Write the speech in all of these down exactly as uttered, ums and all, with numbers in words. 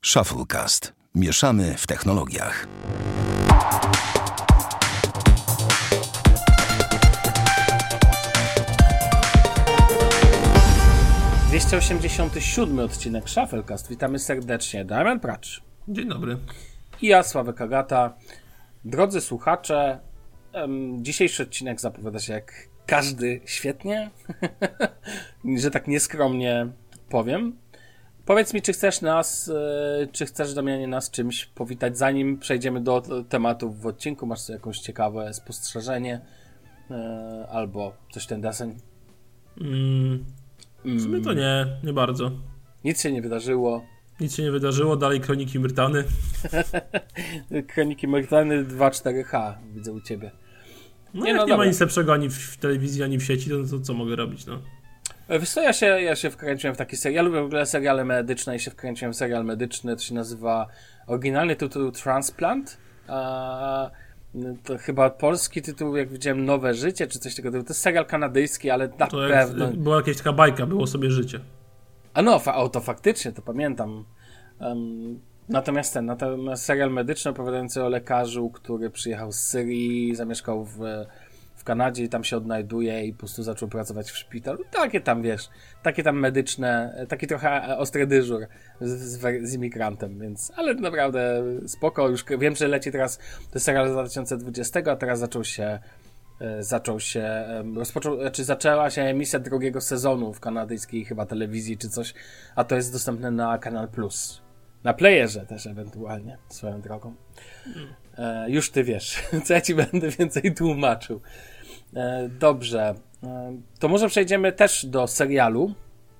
Shufflecast. Mieszamy w technologiach. dwieście osiemdziesiąty siódmy odcinek Shufflecast. Witamy serdecznie. Damian Pracz. Dzień dobry. I ja, Sławek Agata. Drodzy słuchacze, um, dzisiejszy odcinek zapowiada się jak każdy świetnie, że tak nieskromnie powiem. Powiedz mi, czy chcesz nas, czy chcesz, Damianie, nas czymś powitać, zanim przejdziemy do tematów w odcinku? Masz sobie jakieś ciekawe spostrzeżenie albo coś ten deseń? Mm, w sumie to nie, nie bardzo. Nic się nie wydarzyło. Nic się nie wydarzyło, dalej Kroniki Myrtany. Kroniki Myrtany dwa cztery H widzę u ciebie. No nie, jak no, nie ma nic lepszego ani w telewizji, ani w sieci, to, to co mogę robić, no? Wiesz co, ja się, ja się wkręciłem w taki serial. Ja lubię w ogóle seriale medyczne i się wkręciłem w serial medyczny. To się nazywa oryginalny tytuł Transplant. A, to chyba polski tytuł, jak widziałem, Nowe Życie, czy coś takiego. To jest serial kanadyjski, ale na to pewno... Jak, była jakaś taka bajka, było sobie życie. A no, fa- o, to faktycznie, to pamiętam. Um, natomiast ten, natomiast serial medyczny opowiadający o lekarzu, który przyjechał z Syrii, zamieszkał w... w Kanadzie i tam się odnajduje i po prostu zaczął pracować w szpitalu. Takie tam, wiesz, takie tam medyczne, taki trochę ostry dyżur z, z, z imigrantem, więc, ale naprawdę spoko, już wiem, że leci teraz, to jest serial z dwa tysiące dwudziestego, a teraz zaczął się, zaczął się, rozpoczął, czy zaczęła się emisja drugiego sezonu w kanadyjskiej chyba telewizji czy coś, a to jest dostępne na Kanal Plus. Na playerze też ewentualnie, swoją drogą. E, już ty wiesz, co ja ci będę więcej tłumaczył. E, dobrze. E, to może przejdziemy też do serialu,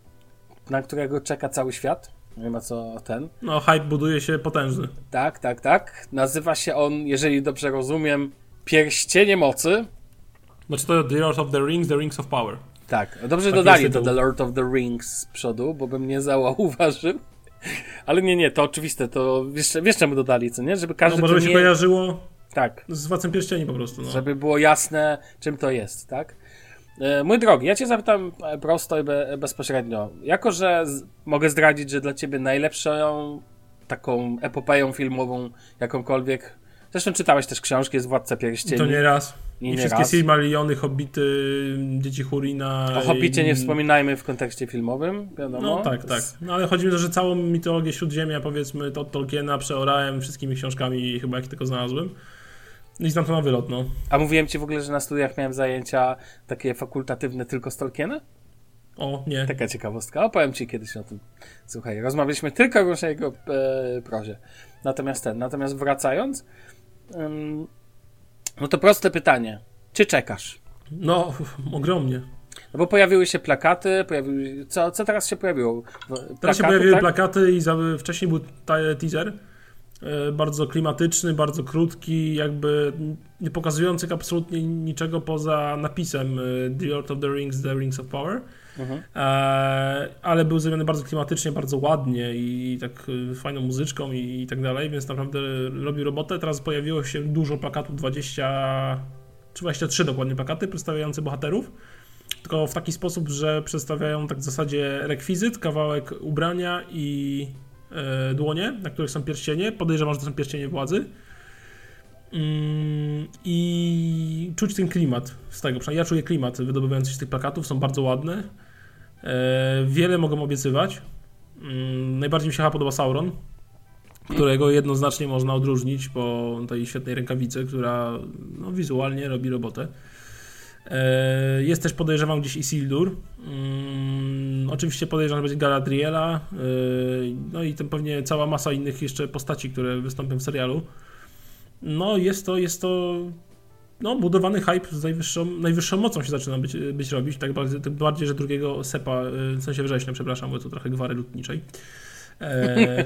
na którego czeka cały świat. Nie ma co ten. No, hype buduje się potężny. Tak, tak, tak. Nazywa się on, jeżeli dobrze rozumiem, Pierścienie Mocy. Znaczy to The Lord of the Rings, The Rings of Power. Tak, dobrze tak dodali to The Lord of the Rings z przodu, bo bym nie zauważył. Ale nie, nie, to oczywiste, to wiesz, wiesz czemu dodali, co nie? Żeby każdy... No, może by się nie... kojarzyło tak. z Władcą Pierścieni po prostu. No. Żeby było jasne, czym to jest, tak? E, mój drogi, ja cię zapytam prosto i be, bezpośrednio. Jako, że z, mogę zdradzić, że dla ciebie najlepszą taką epopeją filmową, jakąkolwiek... Zresztą czytałeś też książki z Władca Pierścieni. To nie raz. I, I nie wszystkie raz. Silmarilliony, Hobbity, Dzieci Hurina. O Hobbicie i... nie wspominajmy w kontekście filmowym, wiadomo. No tak, tak. No ale chodzi mi o to, że całą mitologię Śródziemia, powiedzmy, to od Tolkiena przeorałem wszystkimi książkami, chyba jak tylko znalazłem. I znam to na wylot, no. A mówiłem ci w ogóle, że na studiach miałem zajęcia takie fakultatywne tylko z Tolkiena? O, nie. Taka ciekawostka. Opowiem ci kiedyś o tym. Słuchaj, rozmawialiśmy tylko o jego e, prozie. Natomiast ten, natomiast wracając, ym, no to proste pytanie. Czy czekasz? No, ogromnie. No bo pojawiły się plakaty, pojawiły... Co, co teraz się pojawiło? Plakaty, teraz się pojawiły tak? plakaty i za, wcześniej był teaser. E, bardzo klimatyczny, bardzo krótki, jakby nie pokazujący absolutnie niczego poza napisem The Lord of the Rings, The Rings of Power. Mhm. E, ale był zrobiony bardzo klimatycznie, bardzo ładnie i tak fajną muzyczką i, i tak dalej, więc naprawdę robi robotę. Teraz pojawiło się dużo plakatów, dwadzieścia czy dwadzieścia trzy dokładnie plakaty przedstawiające bohaterów, tylko w taki sposób, że przedstawiają tak w zasadzie rekwizyt, kawałek ubrania i e, dłonie, na których są pierścienie. Podejrzewam, że to są pierścienie władzy. Mm, I czuć ten klimat z tego. Przynajmniej ja czuję klimat wydobywający się z tych plakatów, są bardzo ładne. E, wiele mogą obiecywać. Mm, najbardziej mi się chyba podoba Sauron, którego jednoznacznie można odróżnić po tej świetnej rękawicy, która no, wizualnie robi robotę. E, jest też, podejrzewam, gdzieś Isildur. Mm, oczywiście podejrzewam, że będzie Galadriela. E, no i tam pewnie cała masa innych jeszcze postaci, które wystąpią w serialu. No jest to, jest to no, budowany hype z najwyższą, najwyższą mocą się zaczyna być, być robić, tak bardziej, tak bardziej, że drugiego sepa, w sensie września, przepraszam, bo to trochę gwary lutniczej. E,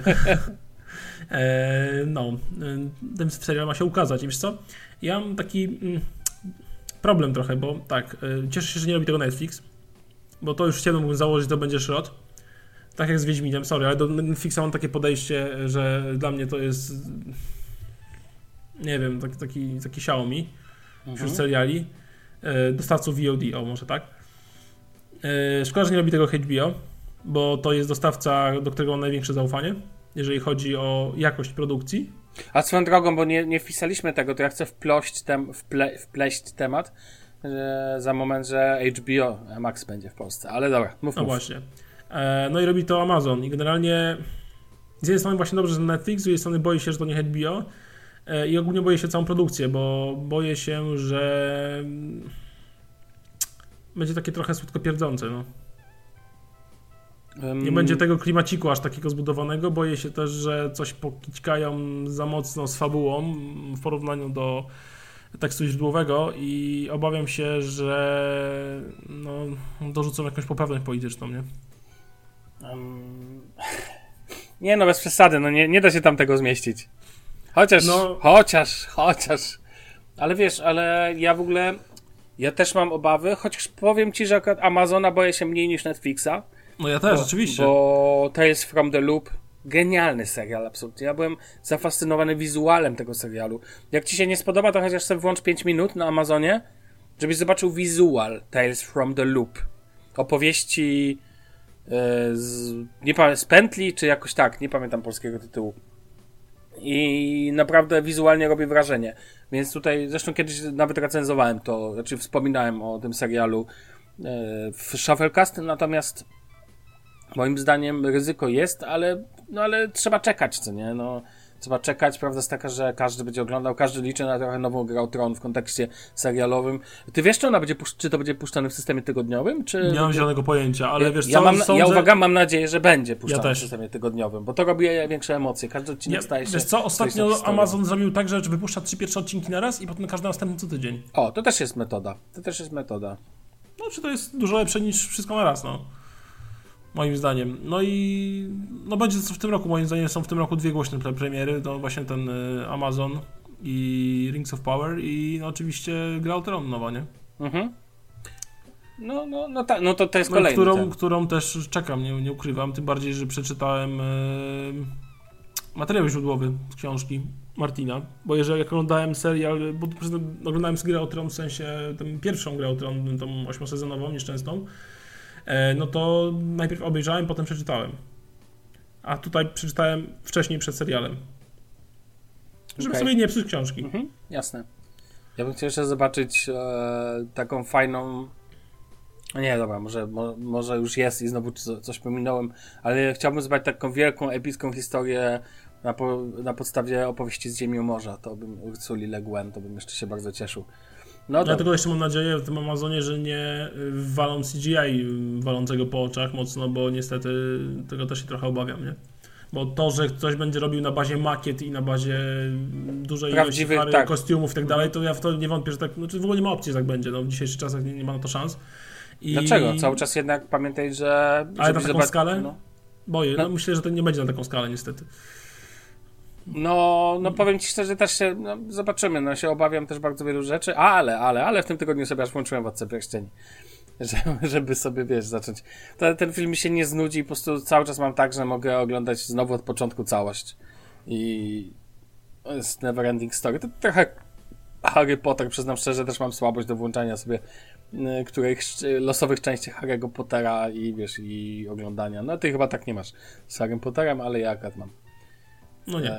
e, no, ten serial ma się ukazać i wiesz co, ja mam taki mm, problem trochę, bo tak, cieszę się, że nie robi tego Netflix, bo to już chciałem mógłbym założyć, że to będzie szrot. Tak jak z Wiedźminem, sorry, ale do Netflixa mam takie podejście, że dla mnie to jest... nie wiem, taki, taki, taki Xiaomi mhm. wśród seriali, e, dostawców V O D, o może tak. E, szkoda, że nie robi tego H B O, bo to jest dostawca, do którego mam największe zaufanie. jeżeli chodzi o jakość produkcji. A swoją drogą, bo nie, nie wpisaliśmy tego, to ja chcę wplość tem, wple, wpleść temat że za moment, że H B O Max będzie w Polsce, ale dobra, mów, No mów. właśnie. E, no i robi to Amazon i generalnie z jednej strony właśnie dobrze, że Netflix, z drugiej strony boję się, że to nie H B O e, i ogólnie boję się całą produkcję, bo boję się, że będzie takie trochę słodko pierdzące, no. Nie Um, będzie tego klimaciku aż takiego zbudowanego. Boję się też, że coś pokićkają za mocno z fabułą w porównaniu do tekstu źródłowego i obawiam się, że no, dorzucą jakąś poprawność polityczną, nie? Um, nie no, bez przesady, no nie, nie da się tam tego zmieścić. Chociaż, No. chociaż, chociaż. Ale wiesz, ale ja w ogóle, ja też mam obawy, chociaż powiem ci, że akurat Amazona boję się mniej niż Netflixa. No ja też, bo, oczywiście. Bo Tales from the Loop, genialny serial, absolutnie. Ja byłem zafascynowany wizualem tego serialu. Jak ci się nie spodoba, to chociaż sobie włącz pięć minut na Amazonie, żebyś zobaczył wizual Tales from the Loop. Opowieści yy, z, nie pamiętam, z pętli, czy jakoś tak, nie pamiętam polskiego tytułu. I naprawdę wizualnie robi wrażenie. Więc tutaj, zresztą kiedyś nawet recenzowałem to, znaczy wspominałem o tym serialu yy, w Shufflecast, natomiast moim zdaniem ryzyko jest, ale, no ale trzeba czekać, co nie? No, trzeba czekać. Prawda jest taka, że każdy będzie oglądał, każdy liczy na trochę nową grę o Tron w kontekście serialowym. Ty wiesz, czy ona będzie pusz- czy to będzie puszczane w systemie tygodniowym? Czy Nie mam będzie... zielonego pojęcia, ale ja, wiesz co, ja, mam, sądzę... ja uwaga, mam nadzieję, że będzie puszczane Ja w też. systemie tygodniowym, bo to robi większe emocje. Każdy odcinek Ja, staje się... wiesz co, ostatnio staje się Amazon zrobił tak, że wypuszcza trzy pierwsze odcinki na raz i potem każdy następny co tydzień. O, to też jest metoda. To też jest metoda. No, czy to jest dużo lepsze niż wszystko na raz, no. Moim zdaniem. No i no będzie to w tym roku, moim zdaniem są w tym roku dwie głośne pre- premiery, to właśnie ten y, Amazon i Rings of Power i no, oczywiście Gra o Tron nowa, nie? Mhm. No, no, no, ta, no to to jest No, kolejny którą, ten. którą też czekam, nie, nie ukrywam, tym bardziej, że przeczytałem y, materiał źródłowy z książki Martina, bo jeżeli jak oglądałem serial, bo oglądałem z Grę o Tron, w sensie tę pierwszą Grę o Tron, tą ośmiosezonową, nieszczęsną, no to najpierw obejrzałem, potem przeczytałem. A tutaj przeczytałem wcześniej przed serialem. Żeby Okay. sobie nie psuć książki. Mhm, jasne. Ja bym chciał jeszcze zobaczyć e, taką fajną... Nie, dobra, może, mo, może już jest i znowu co, coś pominąłem, ale chciałbym zobaczyć taką wielką, epicką historię na, po, na podstawie opowieści z Ziemi u Morza. To bym Ursuli Le Guin, to bym jeszcze się bardzo cieszył. No Ja tylko jeszcze mam nadzieję w tym Amazonie, że nie walą C G I walącego po oczach mocno, bo niestety tego też się trochę obawiam, nie? Bo to, że ktoś będzie robił na bazie makiet i na bazie dużej ilości pary, tak. kostiumów i tak dalej, to ja w to nie wątpię, że tak, znaczy w ogóle nie ma opcji, że tak będzie, no w dzisiejszych czasach nie, nie ma na to szans. I... Dlaczego? Cały czas jednak pamiętaj, że... Ale na taką zobacz... skalę? No. Boję, no. No. myślę, że to nie będzie na taką skalę niestety. No, no powiem ci szczerze, też się, no, zobaczymy, no się obawiam też bardzo wielu rzeczy, ale, ale, ale w tym tygodniu sobie aż włączyłem Władcę Pierścieni, żeby sobie, wiesz, zacząć. To, ten film mi się nie znudzi i po prostu cały czas mam tak, że mogę oglądać znowu od początku całość i to jest never ending story. To trochę Harry Potter, przyznam szczerze, też mam słabość do włączania sobie y, których losowych części Harry'ego Pottera i wiesz, i oglądania. No ty chyba tak nie masz z Harrym Potterem, ale ja akurat mam. No nie.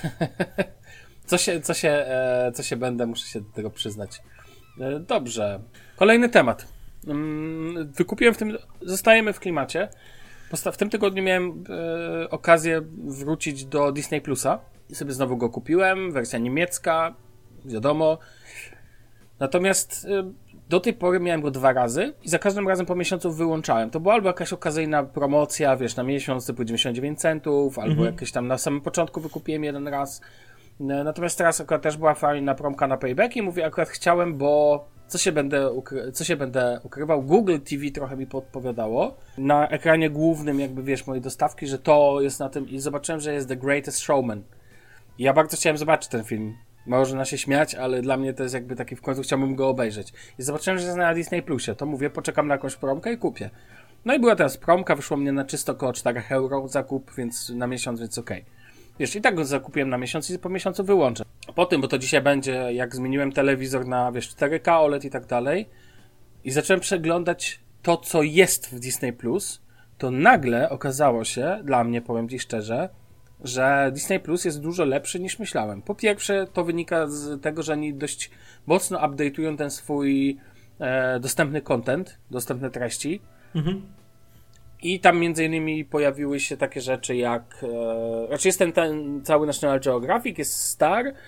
Co się, co się, co się będę, muszę się do tego przyznać. Dobrze. Kolejny temat. Wykupiłem w tym, zostajemy w klimacie. W tym tygodniu miałem e, okazję wrócić do Disney Plusa i sobie znowu go kupiłem. Wersja niemiecka, wiadomo. Natomiast e, do tej pory miałem go dwa razy i za każdym razem po miesiącu wyłączałem. To była albo jakaś okazyjna promocja, wiesz, na miesiąc typu dziewięćdziesiąt dziewięć centów, albo Mhm. jakieś tam na samym początku wykupiłem jeden raz. Natomiast teraz akurat też była fajna promka na Payback i mówię, akurat chciałem, bo co się będę, ukry- co się będę ukrywał? Google T V trochę mi podpowiadało. Na ekranie głównym jakby, wiesz, mojej dostawki, że to jest na tym i zobaczyłem, że jest The Greatest Showman. I ja bardzo chciałem zobaczyć ten film. Można się śmiać, ale dla mnie to jest jakby taki, w końcu chciałbym go obejrzeć. I zobaczyłem, że jest na Disney Plusie. To mówię, poczekam na jakąś promkę i kupię. No i była teraz promka, wyszło mnie na czysto około cztery euro zakup, więc na miesiąc, więc okej. Okay. Wiesz, i tak go zakupiłem na miesiąc i po miesiącu wyłączę. Po tym, bo to dzisiaj będzie, jak zmieniłem telewizor na, wiesz, cztery K, O L E D i tak dalej i zacząłem przeglądać to, co jest w Disney Plus, to nagle okazało się, dla mnie, powiem ci szczerze, że Disney Plus jest dużo lepszy niż myślałem. Po pierwsze, to wynika z tego, że oni dość mocno update'ują ten swój e, dostępny content, dostępne treści. Mhm. I tam między innymi pojawiły się takie rzeczy jak... E, znaczy jest ten, ten cały National Geographic, jest Star, e,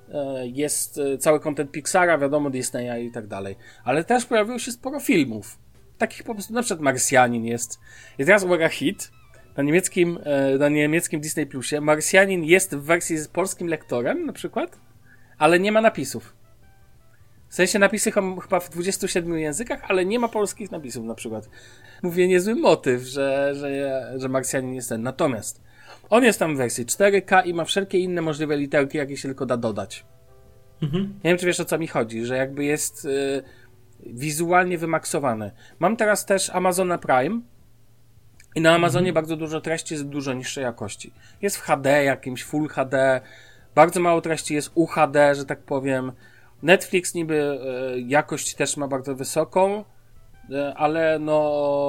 jest e, cały content Pixara, wiadomo, Disneya i tak dalej. Ale też pojawiło się sporo filmów. Takich po prostu, na przykład Marsjanin jest. I teraz uwaga, hit. Na niemieckim, e, na niemieckim Disney Plusie Marsjanin jest w wersji z polskim lektorem na przykład, ale nie ma napisów. W sensie napisy chyba w dwudziestu siedmiu językach, ale nie ma polskich napisów na przykład. Mówię, niezły motyw, że, że, że Marsjanin jest ten. Natomiast on jest tam w wersji cztery K i ma wszelkie inne możliwe literki, jakie się tylko da dodać. Mhm. Nie wiem, czy wiesz, o co mi chodzi, że jakby jest y, wizualnie wymaksowany. Mam teraz też Amazona Prime i na Amazonie mhm. bardzo dużo treści jest dużo niższej jakości. Jest w H D, jakimś Full H D, bardzo mało treści jest U H D, że tak powiem. Netflix niby y, jakość też ma bardzo wysoką, y, ale no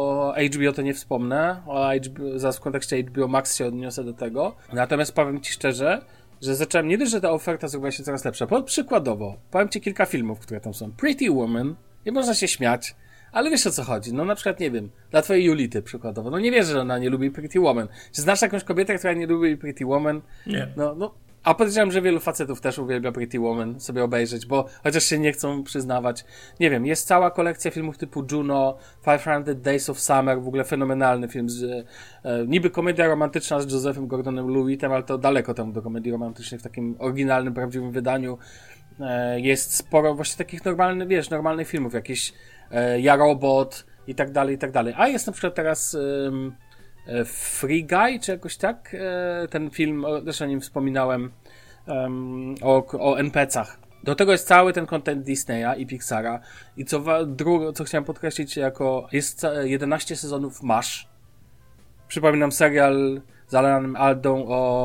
H B O to nie wspomnę, o H B O, zaraz w kontekście H B O Max się odniosę do tego. Natomiast powiem Ci szczerze, że zacząłem, nie dość, że ta oferta zrobiła się coraz lepsza. Pod przykładowo, powiem Ci kilka filmów, które tam są. Pretty Woman, nie można się śmiać, ale wiesz, o co chodzi. No na przykład, nie wiem, dla Twojej Julity przykładowo. No nie wierzę, że ona nie lubi Pretty Woman. Czy znasz jakąś kobietę, która nie lubi Pretty Woman? Nie. No, no. A podejrzewam, że wielu facetów też uwielbia Pretty Woman sobie obejrzeć, bo chociaż się nie chcą przyznawać. Nie wiem, jest cała kolekcja filmów typu Juno, pięćset Days of Summer, w ogóle fenomenalny film z e, niby komedia romantyczna z Josephem Gordonem-Lewitem, ale to daleko tam do komedii romantycznej w takim oryginalnym, prawdziwym wydaniu. E, jest sporo właśnie takich normalnych, wiesz, normalnych filmów, jakieś e, Ja Robot i tak dalej, i tak dalej. A jest na przykład teraz... E, Free Guy, czy jakoś tak? Ten film, też o nim wspominałem, um, o, o en pe cach. Do tego jest cały ten content Disneya i Pixara. I co, drugo, co chciałem podkreślić, jako jest jedenaście sezonów MASH. Przypominam serial z Alanem Aldą,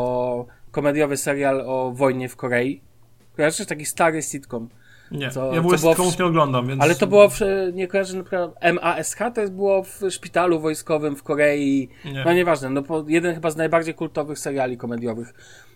o komediowy serial o wojnie w Korei. Kojarzysz? Taki stary sitcom. Nie, co, ja w ogóle sitcomów nie oglądam, więc... Ale to było, w, nie kojarzę, na przykład M A S K, to jest było w szpitalu wojskowym w Korei. Nie. No nieważne, no jeden chyba z najbardziej kultowych seriali komediowych,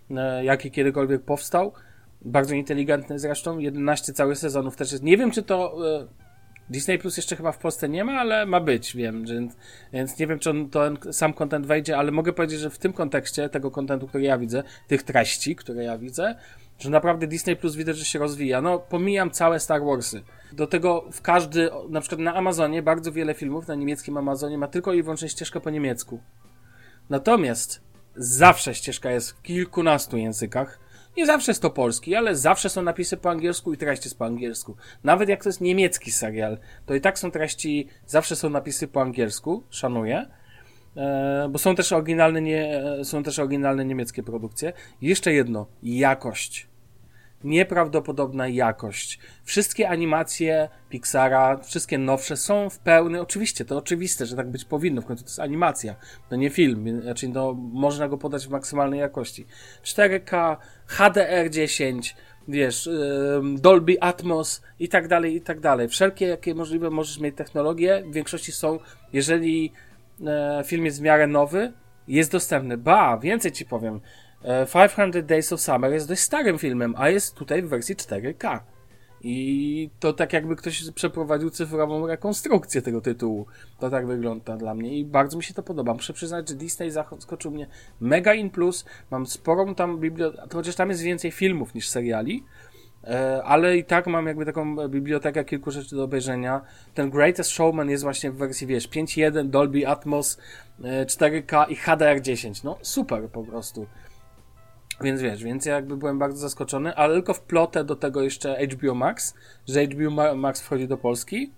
jaki kiedykolwiek powstał. Bardzo inteligentny zresztą, jedenaście całych sezonów też jest. Nie wiem, czy to Disney Plus jeszcze chyba w Polsce nie ma, ale ma być, wiem, więc, więc nie wiem, czy on, to sam content wejdzie, ale mogę powiedzieć, że w tym kontekście tego contentu, który ja widzę, tych treści, które ja widzę, że naprawdę Disney Plus widać, że się rozwija. No, pomijam całe Star Warsy. Do tego w każdy, na przykład na Amazonie, bardzo wiele filmów na niemieckim Amazonie ma tylko i wyłącznie ścieżkę po niemiecku. Natomiast zawsze ścieżka jest w kilkunastu językach. Nie zawsze jest to polski, ale zawsze są napisy po angielsku i treści jest po angielsku. Nawet jak to jest niemiecki serial, to i tak są treści, zawsze są napisy po angielsku. Szanuję. Bo są też oryginalne, nie, są też oryginalne niemieckie produkcje. I jeszcze jedno, jakość. Nieprawdopodobna jakość. Wszystkie animacje Pixara, wszystkie nowsze są w pełny, oczywiście, to oczywiste, że tak być powinno, w końcu to jest animacja, to nie film, znaczy no, można go podać w maksymalnej jakości. cztery K, H D R dziesięć, wiesz, Dolby Atmos i tak dalej, i tak dalej. Wszelkie, jakie możliwe możesz mieć technologie, w większości są, jeżeli film jest w miarę nowy, jest dostępny. Ba, więcej ci powiem. pięćset Days of Summer jest dość starym filmem, a jest tutaj w wersji cztery K. I to tak jakby ktoś przeprowadził cyfrową rekonstrukcję tego tytułu. To tak wygląda dla mnie i bardzo mi się to podoba. Muszę przyznać, że Disney zaskoczył mnie mega in plus. Mam sporą tam bibliotekę, chociaż tam jest więcej filmów niż seriali, ale i tak mam jakby taką bibliotekę kilku rzeczy do obejrzenia. Ten Greatest Showman jest właśnie w wersji, wiesz, pięć jeden, Dolby Atmos, cztery K i H D R dziesięć. No super po prostu. Więc wiesz, więc ja jakby byłem bardzo zaskoczony, ale tylko wplotę do tego jeszcze H B O Max, że H B O Max wchodzi do Polski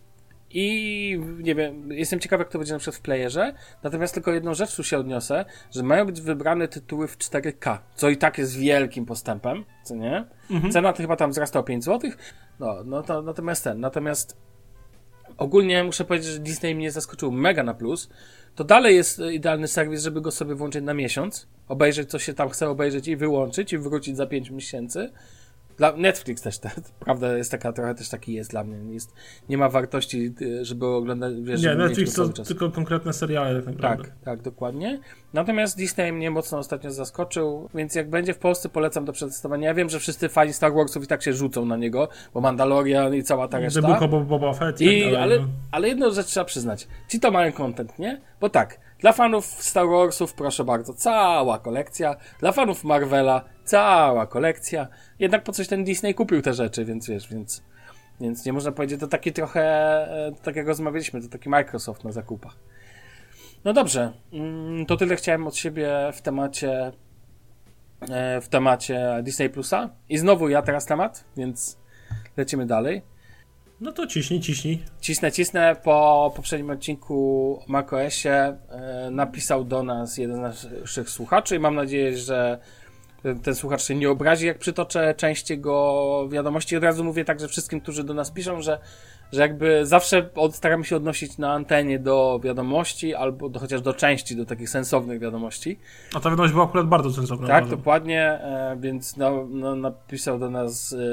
i nie wiem, jestem ciekaw, jak to będzie na przykład w playerze, natomiast tylko jedną rzecz tu się odniosę, że mają być wybrane tytuły w cztery K, co i tak jest wielkim postępem, co nie? Mhm. Cena to chyba tam wzrasta o pięć złotych, no, no to natomiast ten, natomiast ogólnie muszę powiedzieć, że Disney mnie zaskoczył mega na plus. To dalej jest idealny serwis, żeby go sobie włączyć na miesiąc, obejrzeć, co się tam chce obejrzeć i wyłączyć i wrócić za pięć miesięcy. Dla Netflix też, te, prawda, jest taka, trochę też taki jest dla mnie. Jest, nie ma wartości, żeby oglądać, wiesz, Nie, żeby Netflix mieć go to cały czas. tylko konkretne seriale tak naprawdę. Tak, tak, dokładnie. Natomiast Disney mnie mocno ostatnio zaskoczył, więc jak będzie w Polsce, polecam do przetestowania. Ja wiem, że wszyscy fani Star Warsów i tak się rzucą na niego, bo Mandalorian i cała ta reszta. The Book of Boba Fett i I, tak dalej, ale, no. ale jedną rzecz trzeba przyznać. Ci to mają content, nie? Bo tak, dla fanów Star Warsów, proszę bardzo, cała kolekcja. Dla fanów Marvela, cała kolekcja. Jednak po coś ten Disney kupił te rzeczy, więc wiesz, więc, więc nie można powiedzieć, to taki trochę, e, tak jak rozmawialiśmy, to taki Microsoft na zakupach. No dobrze, mm, to tyle chciałem od siebie w temacie e, w temacie Disney Plusa. I znowu ja teraz temat, więc lecimy dalej. No to ciśnij, ciśnij. Cisnę, cisnę. Po poprzednim odcinku o macOSie e, napisał do nas jeden z naszych słuchaczy i mam nadzieję, że ten słuchacz się nie obrazi, jak przytoczę część jego wiadomości. Od razu mówię także wszystkim, którzy do nas piszą, że, że jakby zawsze od, staramy się odnosić na antenie do wiadomości albo do, chociaż do części, do takich sensownych wiadomości. A ta wiadomość była akurat bardzo sensowna. Tak, uważam. dokładnie, e, więc no, no, napisał do nas e,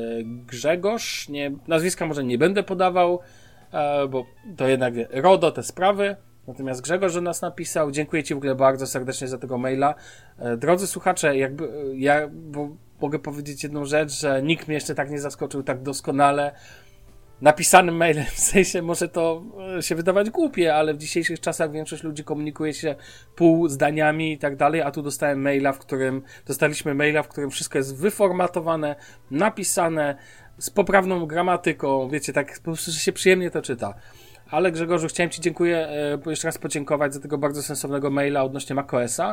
Grzegorz, nie, nazwiska może nie będę podawał, e, bo to jednak wie, RODO te sprawy, natomiast Grzegorz do nas napisał, dziękuję Ci w ogóle bardzo serdecznie za tego maila. E, drodzy słuchacze, jakby ja bo mogę powiedzieć jedną rzecz, że nikt mnie jeszcze tak nie zaskoczył tak doskonale napisanym mailem, w sensie może to się wydawać głupie, ale w dzisiejszych czasach większość ludzi komunikuje się pół zdaniami i tak dalej, a tu dostałem maila, w którym dostaliśmy maila, w którym wszystko jest wyformatowane, napisane, z poprawną gramatyką, wiecie, tak po prostu, że się przyjemnie to czyta. Ale Grzegorzu, chciałem Ci dziękuję, e, jeszcze raz podziękować za tego bardzo sensownego maila odnośnie macOSa.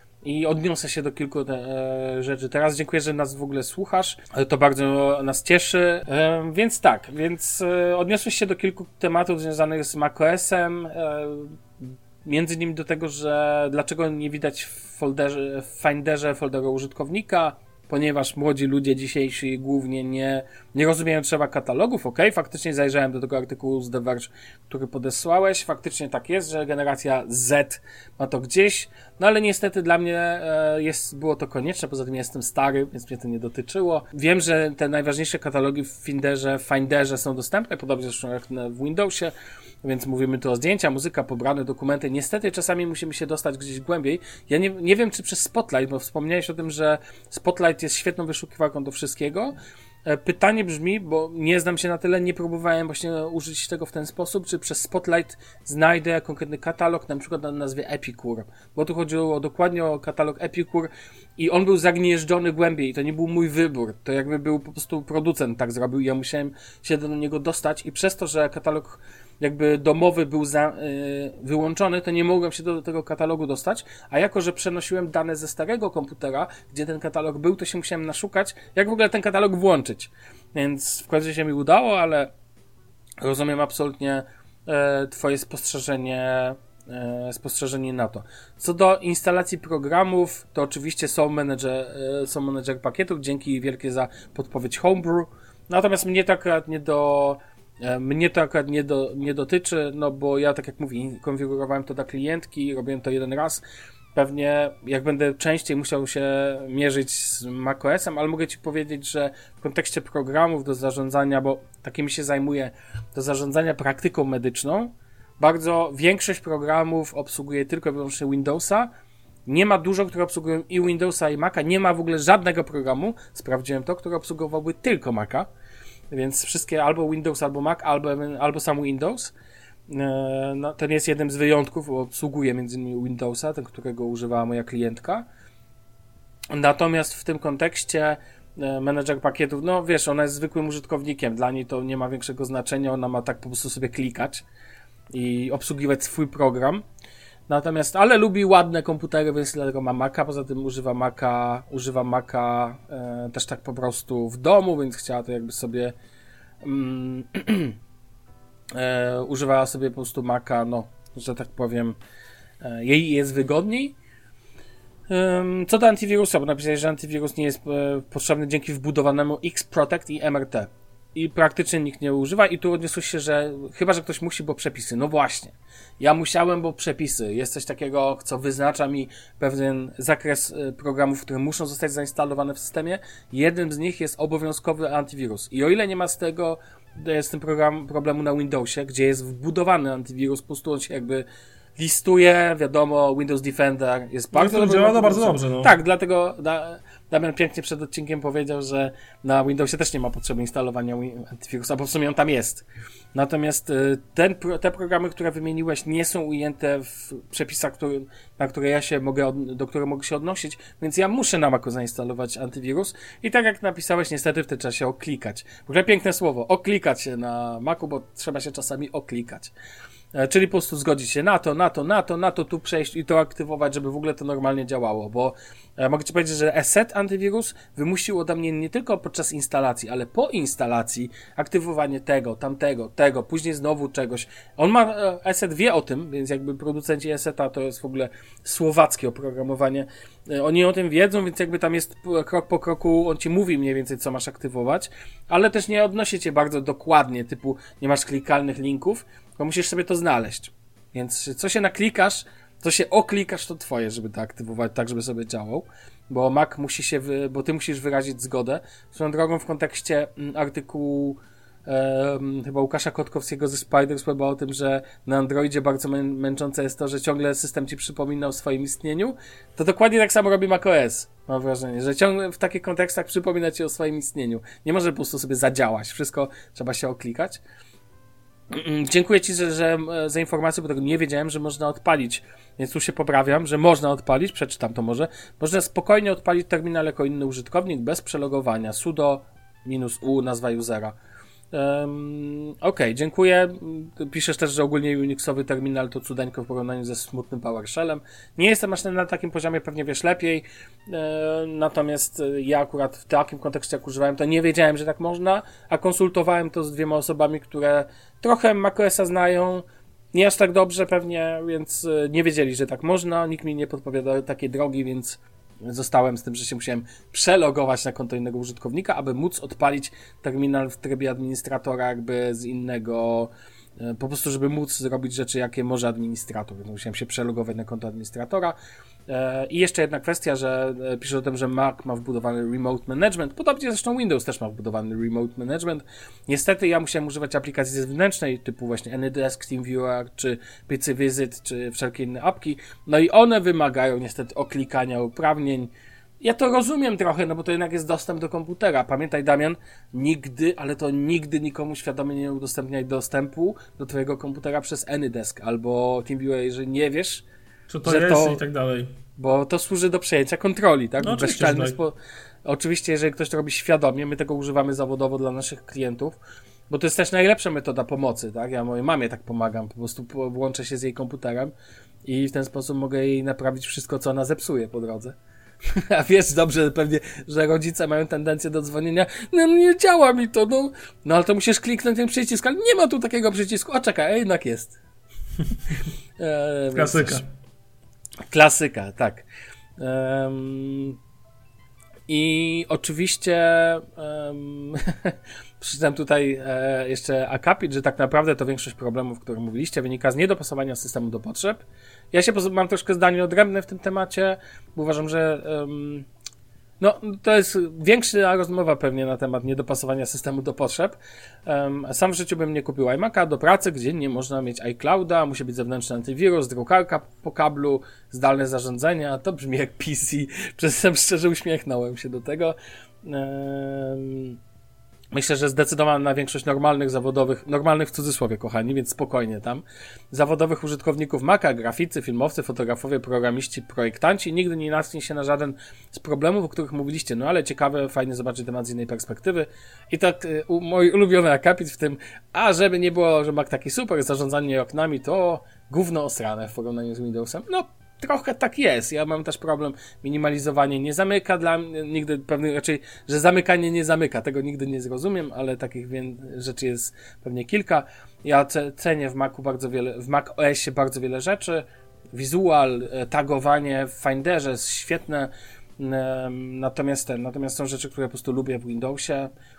I odniosę się do kilku e, rzeczy. Teraz dziękuję, że nas w ogóle słuchasz. To bardzo nas cieszy. E, więc tak, więc e, odniosłeś się do kilku tematów związanych z macOSem. E, między innymi do tego, że dlaczego nie widać w folderze, w Finderze folderu użytkownika, ponieważ młodzi ludzie dzisiejsi głównie nie, nie rozumieją trzeba katalogów. Okej, okay, faktycznie zajrzałem do tego artykułu z The Verge, który podesłałeś. Faktycznie tak jest, że generacja Z ma to gdzieś, no ale niestety dla mnie e, jest, było to konieczne, poza tym jestem stary, więc mnie to nie dotyczyło. Wiem, że te najważniejsze katalogi w Finderze, w Finderze są dostępne, podobnie zresztą jak w Windowsie, więc mówimy tu o zdjęcia, muzyka, pobrane dokumenty. Niestety czasami musimy się dostać gdzieś głębiej. Ja nie, nie wiem, czy przez Spotlight, bo wspomniałeś o tym, że Spotlight jest świetną wyszukiwarką do wszystkiego. Pytanie brzmi, bo nie znam się na tyle, nie próbowałem właśnie użyć tego w ten sposób, czy przez Spotlight znajdę konkretny katalog, na przykład na nazwie Epicure, bo tu chodziło dokładnie o katalog Epicure i on był zagnieżdżony głębiej, to nie był mój wybór, to jakby był po prostu producent tak zrobił i ja musiałem się do niego dostać i przez to, że katalog jakby domowy był za, yy, wyłączony, to nie mogłem się do, do tego katalogu dostać, a jako, że przenosiłem dane ze starego komputera, gdzie ten katalog był, to się musiałem naszukać, jak w ogóle ten katalog włączyć. Więc w końcu się mi udało, ale rozumiem absolutnie e, Twoje spostrzeżenie, e, spostrzeżenie na to. Co do instalacji programów, to oczywiście są menedżer, e, są menedżer pakietów, dzięki wielkie za podpowiedź Homebrew, natomiast mnie to akurat nie do Mnie to akurat nie, do, nie dotyczy, no bo ja, tak jak mówię, konfigurowałem to dla klientki, robiłem to jeden raz. Pewnie jak będę częściej musiał się mierzyć z macOSem, ale mogę Ci powiedzieć, że w kontekście programów do zarządzania, bo takimi się zajmuję, do zarządzania praktyką medyczną, bardzo większość programów obsługuje tylko i wyłącznie Windowsa. Nie ma dużo, które obsługują i Windowsa, i Maca. Nie ma w ogóle żadnego programu, sprawdziłem to, które obsługowałby tylko Maca. Więc wszystkie albo Windows, albo Mac, albo, albo sam Windows. No, ten jest jednym z wyjątków, bo obsługuje między innymi Windowsa, ten, którego używała moja klientka. Natomiast w tym kontekście menedżer pakietów, no wiesz, ona jest zwykłym użytkownikiem, dla niej to nie ma większego znaczenia, ona ma tak po prostu sobie klikać i obsługiwać swój program. Natomiast, ale lubi ładne komputery, więc dlatego ma Maca, poza tym używa Maca, używa Maca e, też tak po prostu w domu, więc chciała to jakby sobie mm, e, używała sobie po prostu Maca, no, że tak powiem, e, jej jest wygodniej. E, co do antywirusa, bo napisałeś, że antywirus nie jest e, potrzebny dzięki wbudowanemu X-Protect i M R T. i praktycznie nikt nie używa i tu odniosło się, że chyba, że ktoś musi, bo przepisy. No właśnie. Ja musiałem, bo przepisy. Jest coś takiego, co wyznacza mi pewien zakres programów, które muszą zostać zainstalowane w systemie. Jednym z nich jest obowiązkowy antywirus. I o ile nie ma z tego z tym program, problemu na Windowsie, gdzie jest wbudowany antywirus, po prostu on się jakby listuje, wiadomo, Windows Defender jest bardzo dobrze. Działa bardzo dobrze. No. Tak, dlatego da, Damian pięknie przed odcinkiem powiedział, że na Windowsie też nie ma potrzeby instalowania antywirusa, bo w sumie on tam jest. Natomiast ten, te programy, które wymieniłeś, nie są ujęte w przepisach, który, na które ja się mogę, do których mogę się odnosić, więc ja muszę na Macu zainstalować antywirus i tak jak napisałeś, niestety w tym czasie oklikać. W ogóle piękne słowo, oklikać się na Macu, bo trzeba się czasami oklikać. Czyli po prostu zgodzić się na to, na to, na to, na to, tu przejść i to aktywować, żeby w ogóle to normalnie działało, bo e, mogę ci powiedzieć, że ESET antywirus wymusił ode mnie nie tylko podczas instalacji, ale po instalacji aktywowanie tego, tamtego, tego, później znowu czegoś. On ma, e, ESET wie o tym, więc jakby producenci ESETA to jest w ogóle słowackie oprogramowanie. E, oni o tym wiedzą, więc jakby tam jest krok po kroku, on ci mówi mniej więcej, co masz aktywować, ale też nie odnosi cię bardzo dokładnie, typu nie masz klikalnych linków, bo musisz sobie to znaleźć. Więc co się naklikasz, co się oklikasz, to twoje, żeby to aktywować tak, żeby sobie działał. Bo Mac musi się, wy... bo ty musisz wyrazić zgodę. Swoją drogą w kontekście m, artykułu e, chyba Łukasza Kotkowskiego ze Spiders Weba o tym, że na Androidzie bardzo mę... męczące jest to, że ciągle system ci przypomina o swoim istnieniu, to dokładnie tak samo robi macOS. Mam wrażenie, że ciągle w takich kontekstach przypomina ci o swoim istnieniu. Nie może po prostu sobie zadziałać. Wszystko trzeba się oklikać. Dziękuję ci, że, że za informację, bo tego nie wiedziałem, że można odpalić, więc tu się poprawiam, że można odpalić, przeczytam to może. Można spokojnie odpalić terminal jako inny użytkownik bez przelogowania. Sudo minus u nazwa usera. Um, Okej, okay, dziękuję. Piszesz też, że ogólnie Unixowy terminal to cudeńko w porównaniu ze smutnym PowerShellem. Nie jestem aż na takim poziomie, pewnie wiesz lepiej. E, natomiast ja akurat w takim kontekście, jak używałem, to nie wiedziałem, że tak można, a konsultowałem to z dwiema osobami, które trochę macOSa znają, nie aż tak dobrze pewnie, więc nie wiedzieli, że tak można. Nikt mi nie podpowiadał takiej drogi, więc zostałem z tym, że się musiałem przelogować na konto innego użytkownika, aby móc odpalić terminal w trybie administratora jakby z innego, po prostu żeby móc zrobić rzeczy, jakie może administrator. Musiałem się przelogować na konto administratora. I jeszcze jedna kwestia, że pisze o tym, że Mac ma wbudowany Remote Management. Podobnie zresztą Windows też ma wbudowany Remote Management. Niestety ja musiałem używać aplikacji zewnętrznej, typu właśnie AnyDesk, TeamViewer, czy P C Visit, czy wszelkie inne apki. No i one wymagają niestety oklikania uprawnień. Ja to rozumiem trochę, no bo to jednak jest dostęp do komputera. Pamiętaj, Damian, nigdy, ale to nigdy nikomu świadomie nie udostępniaj dostępu do twojego komputera przez AnyDesk albo TeamViewer, jeżeli nie wiesz, co to jest to, i tak dalej. Bo to służy do przejęcia kontroli, tak? No, oczywiście, tak. Spo... oczywiście, jeżeli ktoś to robi świadomie, my tego używamy zawodowo dla naszych klientów, bo to jest też najlepsza metoda pomocy, tak? Ja mojej mamie tak pomagam, po prostu włączę się z jej komputerem i w ten sposób mogę jej naprawić wszystko, co ona zepsuje po drodze. A wiesz dobrze pewnie, że rodzice mają tendencję do dzwonienia, no nie działa mi to, no. No ale to musisz kliknąć ten przycisk, ale nie ma tu takiego przycisku, a czekaj, a jednak jest. e, Klasyka. Wiesz, Klasyka, tak. Um, I oczywiście um, przeczytam tutaj e, jeszcze akapit, że tak naprawdę to większość problemów, o których mówiliście, wynika z niedopasowania systemu do potrzeb. Ja się mam troszkę zdanie odrębne w tym temacie, bo uważam, że um, no, to jest większa rozmowa pewnie na temat niedopasowania systemu do potrzeb. Um, sam w życiu bym nie kupił iMac'a do pracy, gdzie nie można mieć iClouda, musi być zewnętrzny antywirus, drukarka po kablu, zdalne zarządzania. To brzmi jak P C. Przez szczerze uśmiechnąłem się do tego. Um, Myślę, że zdecydowana większość normalnych, zawodowych, normalnych w cudzysłowie, kochani, więc spokojnie tam, zawodowych użytkowników Maca, graficy, filmowcy, fotografowie, programiści, projektanci nigdy nie natknie się na żaden z problemów, o których mówiliście, no ale ciekawe, fajnie zobaczyć temat z innej perspektywy. I tak y, mój ulubiony akapit w tym, a żeby nie było, że Mac taki super, zarządzanie oknami to gówno osrane w porównaniu z Windowsem. No, trochę tak jest. Ja mam też problem. Minimalizowanie nie zamyka dla mnie, nigdy pewnie raczej, że zamykanie nie zamyka. Tego nigdy nie zrozumiem, ale takich wie, rzeczy jest pewnie kilka. Ja ce, cenię w Macu bardzo wiele, w Mac O S ie bardzo wiele rzeczy. Wizual, tagowanie w Finderze jest świetne. Natomiast ten, natomiast są rzeczy, które po prostu lubię w Windowsie.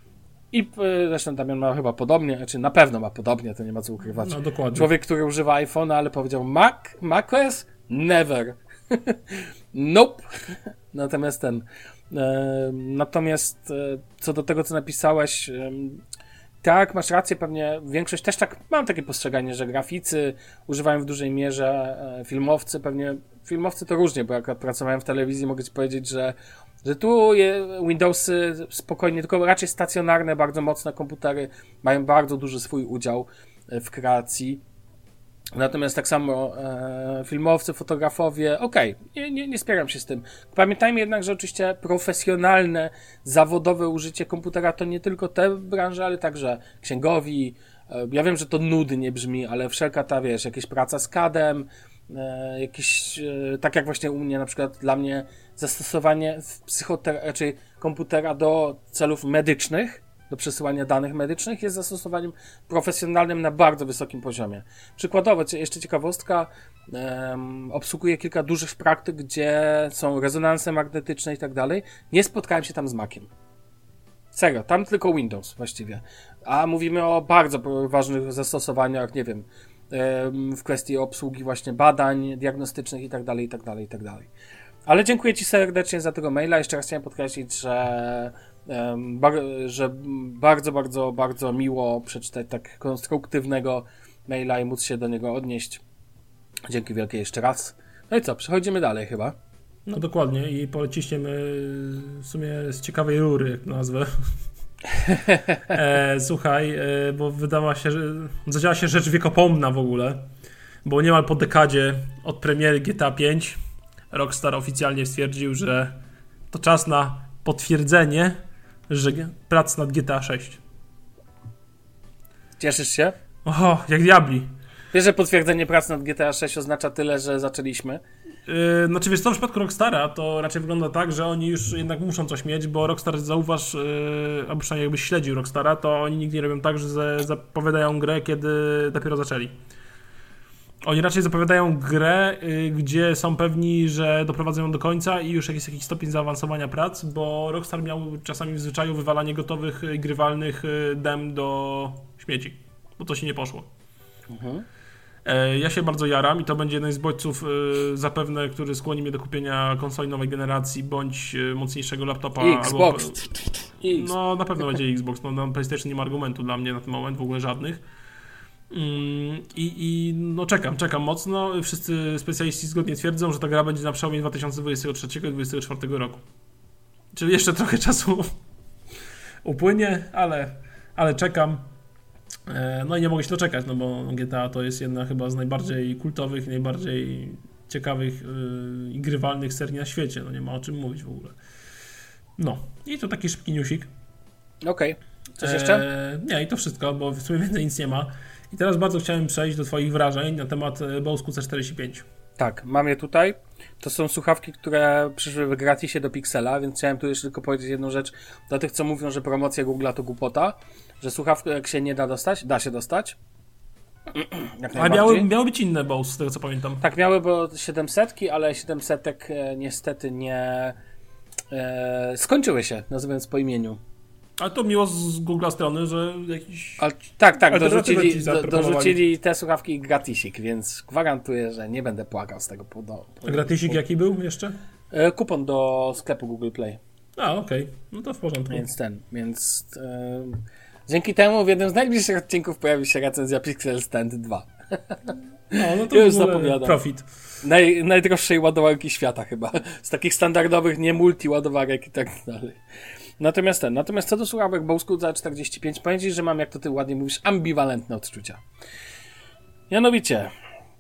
I y, zresztą Damian ma chyba podobnie, znaczy na pewno ma podobnie, to nie ma co ukrywać. No dokładnie. Człowiek, który używa iPhone'a, ale powiedział Mac, macOS? Never. Nope. Natomiast ten... E, natomiast e, co do tego, co napisałeś, e, tak, masz rację, pewnie większość też tak, mam takie postrzeganie, że graficy używają w dużej mierze, e, filmowcy, pewnie filmowcy to różnie, bo jak pracowałem w telewizji, mogę ci powiedzieć, że, że tu je, Windowsy spokojnie, tylko raczej stacjonarne, bardzo mocne komputery mają bardzo duży swój udział w kreacji. Natomiast tak samo e, filmowcy, fotografowie, okej, okay, nie, nie, nie spieram się z tym. Pamiętajmy jednak, że oczywiście profesjonalne, zawodowe użycie komputera to nie tylko te branże, ale także księgowi. E, ja wiem, że to nudnie brzmi, ale wszelka ta, wiesz, jakieś praca z kadem, e, jakieś, e, tak jak właśnie u mnie na przykład dla mnie zastosowanie psychoter- raczej komputera do celów medycznych, do przesyłania danych medycznych jest zastosowaniem profesjonalnym na bardzo wysokim poziomie. Przykładowo, jeszcze ciekawostka, um, obsługuję kilka dużych praktyk, gdzie są rezonanse magnetyczne i tak dalej. Nie spotkałem się tam z Maciem. Serio, tam tylko Windows właściwie. A mówimy o bardzo ważnych zastosowaniach, nie wiem, um, w kwestii obsługi właśnie badań diagnostycznych i tak dalej, i tak dalej, i tak dalej. Ale dziękuję ci serdecznie za tego maila. Jeszcze raz chciałem podkreślić, że że bardzo, bardzo, bardzo miło przeczytać tak konstruktywnego maila i móc się do niego odnieść. Dzięki wielkie jeszcze raz. No i co, przechodzimy dalej chyba. No dokładnie i poleciśniemy w sumie z ciekawej rury, jak nazwę. e, słuchaj, e, bo wydała się, że zadziała się rzecz wiekopomna w ogóle, bo niemal po dekadzie od premiery G T A pięć Rockstar oficjalnie stwierdził, że to czas na potwierdzenie, że prac nad G T A sześć. Cieszysz się? Oho, jak diabli. Wiesz, że potwierdzenie prac nad G T A sześć oznacza tyle, że zaczęliśmy? Yy, znaczy wiesz co, w przypadku Rockstara to raczej wygląda tak, że oni już jednak muszą coś mieć, bo Rockstar, zauważ, yy, albo przynajmniej jakbyś śledził Rockstara, to oni nigdy nie robią tak, że zapowiadają grę, kiedy dopiero zaczęli. Oni raczej zapowiadają grę, yy, gdzie są pewni, że doprowadzą ją do końca i już jest jakiś stopień zaawansowania prac, bo Rockstar miał czasami w zwyczaju wywalanie gotowych, yy, grywalnych yy, dem do śmieci, bo to się nie poszło. Mhm. Yy, ja się bardzo jaram i to będzie jeden z bodźców yy, zapewne, który skłoni mnie do kupienia konsoli nowej generacji, bądź yy, mocniejszego laptopa. Xbox. Albo, no na pewno będzie Xbox, no na PlayStation nie ma argumentu dla mnie na ten moment, w ogóle żadnych. I, I no czekam, czekam mocno. Wszyscy specjaliści zgodnie twierdzą, że ta gra będzie na przełomie dwa tysiące dwudziestego trzeciego i dwa tysiące dwudziestego czwartego roku. Czyli jeszcze trochę czasu upłynie, ale, ale czekam. No i nie mogę się doczekać, no bo G T A to jest jedna chyba z najbardziej kultowych i najbardziej ciekawych yy, i grywalnych serii na świecie. No nie ma o czym mówić w ogóle. No i to taki szybki newsik. Okej. Okay. Coś jeszcze? Eee, nie, i to wszystko, bo w sumie więcej nic nie ma. I teraz bardzo chciałem przejść do twoich wrażeń na temat Bose C czterdzieści pięć. Tak, mam je tutaj. To są słuchawki, które przyszły w gratisie do Pixela, więc chciałem tu jeszcze tylko powiedzieć jedną rzecz. Dla tych, co mówią, że promocja Google'a to głupota, że słuchawkę jak się nie da dostać, da się dostać. A miały, miały być inne Bose, z tego co pamiętam. Tak, miały, bo siedemsetki, ale siedemsetek e, niestety nie e, skończyły się, nazywając po imieniu. Ale to miło z Google'a strony, że jakiś... Ale, tak, tak, dorzucili, do, dorzucili te słuchawki gratisik, więc gwarantuję, że nie będę płakał z tego powodu. A gratisik jaki był jeszcze? E, kupon do sklepu Google Play. A, okej. Okay. No to w porządku. Więc ten, więc... E, dzięki temu w jednym z najbliższych odcinków pojawi się recenzja Pixel Stand dwa. No, no to już zapowiadam. Profit. Naj, najdroższej ładowarki świata chyba. Z takich standardowych, nie multi ładowarek i tak dalej. Natomiast ten, natomiast co do słuchawek Bose C czterdzieści pięć, powiem ci, że mam, jak to ty ładnie mówisz, ambiwalentne odczucia. Mianowicie,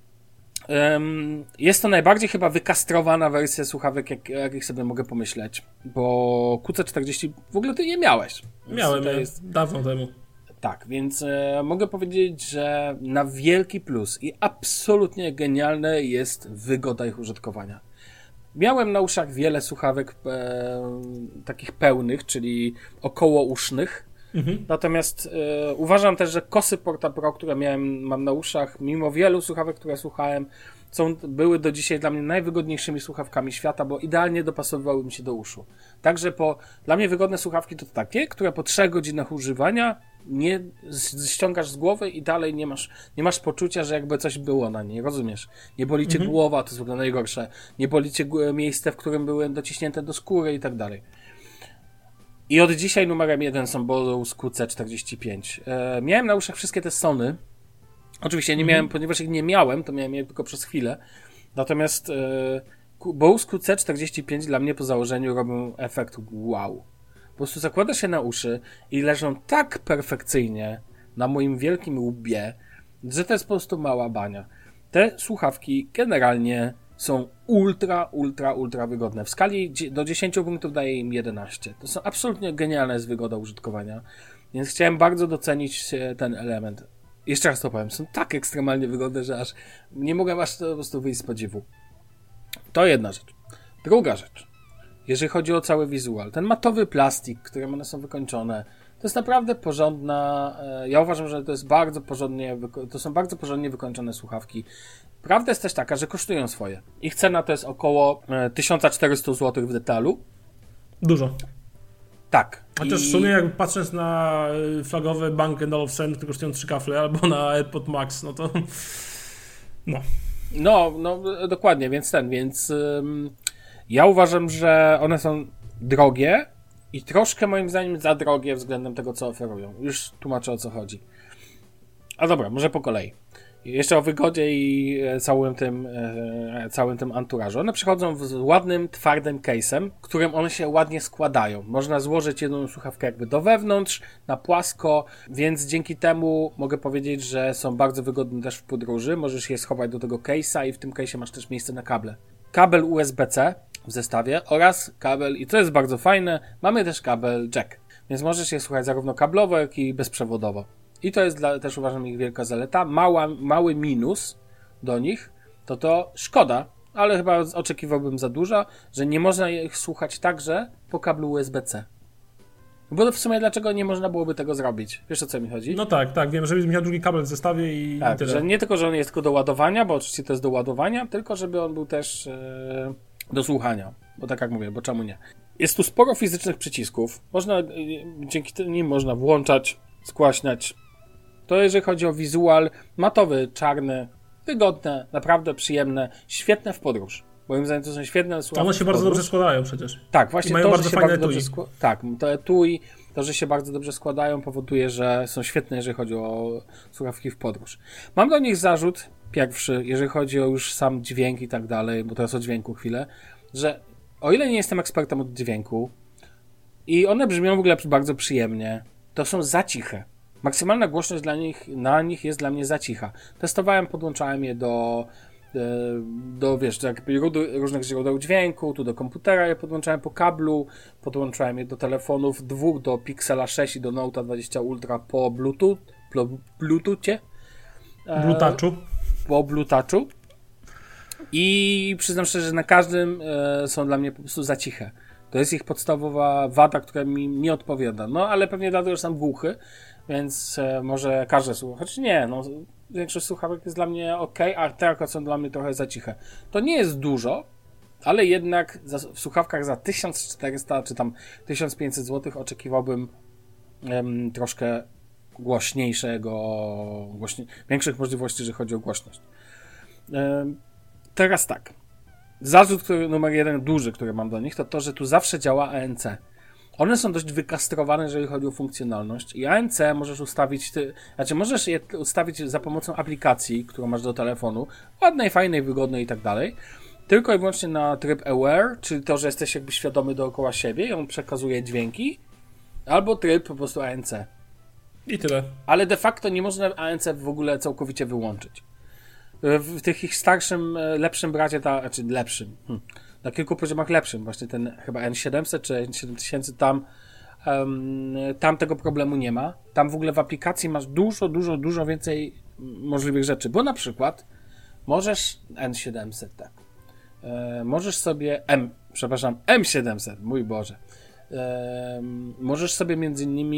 um, jest to najbardziej chyba wykastrowana wersja słuchawek, jak, jakich sobie mogę pomyśleć, bo Q C czterdzieści w ogóle ty nie miałeś. Miałem, to jest dawno temu. Tak, więc e, mogę powiedzieć, że na wielki plus i absolutnie genialne jest wygoda ich użytkowania. Miałem na uszach wiele słuchawek e, takich pełnych, czyli okołousznych, Mhm. Natomiast e, uważam też, że Kosy Porta Pro, które miałem, mam na uszach, mimo wielu słuchawek, które słuchałem, są, były do dzisiaj dla mnie najwygodniejszymi słuchawkami świata, bo idealnie dopasowywały mi się do uszu. Także po, dla mnie wygodne słuchawki to takie, które po trzech godzinach używania nie z, ściągasz z głowy i dalej nie masz, nie masz poczucia, że jakby coś było na niej, rozumiesz? Nie boli cię mhm. głowa, to jest w ogóle najgorsze. Nie boli cię miejsce, w którym były dociśnięte do skóry i tak dalej. I od dzisiaj numerem jeden są Bose Q C czterdzieści pięć. E, miałem na uszach wszystkie te Sony. Oczywiście nie miałem, mm-hmm. ponieważ ich nie miałem, to miałem je tylko przez chwilę. Natomiast e, Bose Q C czterdzieści pięć dla mnie po założeniu robią efekt wow. Po prostu zakładasz się na uszy i leżą tak perfekcyjnie na moim wielkim łbie, że to jest po prostu mała bania. Te słuchawki generalnie są ultra, ultra, ultra wygodne. W skali do dziesięciu punktów daję im jedenaście. To są absolutnie genialne z wygodą użytkowania. Więc chciałem bardzo docenić ten element. Jeszcze raz to powiem, są tak ekstremalnie wygodne, że aż nie mogę aż to po prostu wyjść z podziwu. To jedna rzecz. Druga rzecz. Jeżeli chodzi o cały wizual, ten matowy plastik, którym one są wykończone, to jest naprawdę porządna, ja uważam, że to jest bardzo porządnie, to są bardzo porządnie wykończone słuchawki. Prawda jest też taka, że kosztują swoje. Ich cena to jest około tysiąc czterysta złotych w detalu. Dużo. Tak. Chociaż I... w sumie jak patrząc na flagowe Bang and Olufsen, które kosztują trzy kafle, albo na AirPod Max, no to no. No, no dokładnie, więc ten, więc ym, ja uważam, że one są drogie i troszkę moim zdaniem za drogie względem tego, co oferują. Już tłumaczę, o co chodzi. A dobra, może po kolei. Jeszcze o wygodzie i całym tym, e, całym tym anturażu. One przychodzą z ładnym, twardym case'em, którym one się ładnie składają. Można złożyć jedną słuchawkę jakby do wewnątrz, na płasko, więc dzięki temu mogę powiedzieć, że są bardzo wygodne też w podróży. Możesz je schować do tego case'a i w tym case'ie masz też miejsce na kable. Kabel U S B C w zestawie oraz kabel, i to jest bardzo fajne, mamy też kabel jack. Więc możesz je słuchać zarówno kablowo, jak i bezprzewodowo. I to jest dla, też uważam ich wielka zaleta. Mała, mały minus do nich to to szkoda, ale chyba oczekiwałbym za dużo, że nie można ich słuchać także po kablu U S B C. Bo w sumie dlaczego nie można byłoby tego zrobić? Wiesz, o co mi chodzi? No tak, tak, wiem, żebyś miał drugi kabel w zestawie i, tak, i tyle. Że nie tylko, że on jest tylko do ładowania, bo oczywiście to jest do ładowania, tylko żeby on był też e, do słuchania. Bo tak jak mówię, bo czemu nie? Jest tu sporo fizycznych przycisków. Można, e, dzięki nim można włączać, skłaśniać. To jeżeli chodzi o wizual, matowy, czarny, wygodne, naprawdę przyjemne, świetne w podróż. Moim zdaniem to są świetne słuchawki. One się bardzo dobrze składają przecież. Tak, właśnie I mają to, bardzo że się fajne bardzo etui. dobrze skła... Tak, to etui, to, że się bardzo dobrze składają, powoduje, że są świetne, jeżeli chodzi o słuchawki w podróż. Mam do nich zarzut pierwszy, jeżeli chodzi o już sam dźwięk i tak dalej, bo teraz o dźwięku chwilę, że o ile nie jestem ekspertem od dźwięku i one brzmią w ogóle bardzo przyjemnie, to są za ciche. Maksymalna głośność dla nich, na nich jest dla mnie za cicha. Testowałem, podłączałem je do, do wiesz, jakby różnych źródeł dźwięku, tu do komputera je podłączałem po kablu, podłączałem je do telefonów dwóch, do Pixela sześć i do Note dwadzieścia Ultra po Bluetooth, po Bluetoothie. Bluetoothu. Po Bluetoothu. I przyznam szczerze, że na każdym e, są dla mnie po prostu za ciche. To jest ich podstawowa wada, która mi nie odpowiada. No, ale pewnie dlatego, że sam głuchy, więc e, może każdy słucha. Choć nie, no, większość słuchawek jest dla mnie ok, a te akurat są dla mnie trochę za ciche. To nie jest dużo, ale jednak za, w słuchawkach za tysiąc czterysta czy tam tysiąc pięćset złotych oczekiwałbym em, troszkę głośniejszego, głośnie, większych możliwości, jeżeli chodzi o głośność. Em, teraz tak. Zarzut który, numer jeden duży, który mam do nich, to to, że tu zawsze działa A N C. One są dość wykastrowane, jeżeli chodzi o funkcjonalność i A N C możesz ustawić, ty, znaczy możesz je ustawić za pomocą aplikacji, którą masz do telefonu, ładnej, fajnej, wygodnej i tak dalej, tylko i wyłącznie na tryb aware, czyli to, że jesteś jakby świadomy dookoła siebie i on przekazuje dźwięki, albo tryb po prostu A N C. I tyle. Ale de facto nie można A N C w ogóle całkowicie wyłączyć. W tych ich starszym, lepszym bracie, ta, znaczy lepszym, hmm, na kilku poziomach lepszym, właśnie ten chyba N siedemset czy N siedem tysięcy, tam, um, tam tego problemu nie ma. Tam w ogóle w aplikacji masz dużo, dużo, dużo więcej możliwych rzeczy, bo na przykład możesz N siedemset, tak, e, możesz sobie M, przepraszam, M siedemset, mój Boże, e, możesz sobie między innymi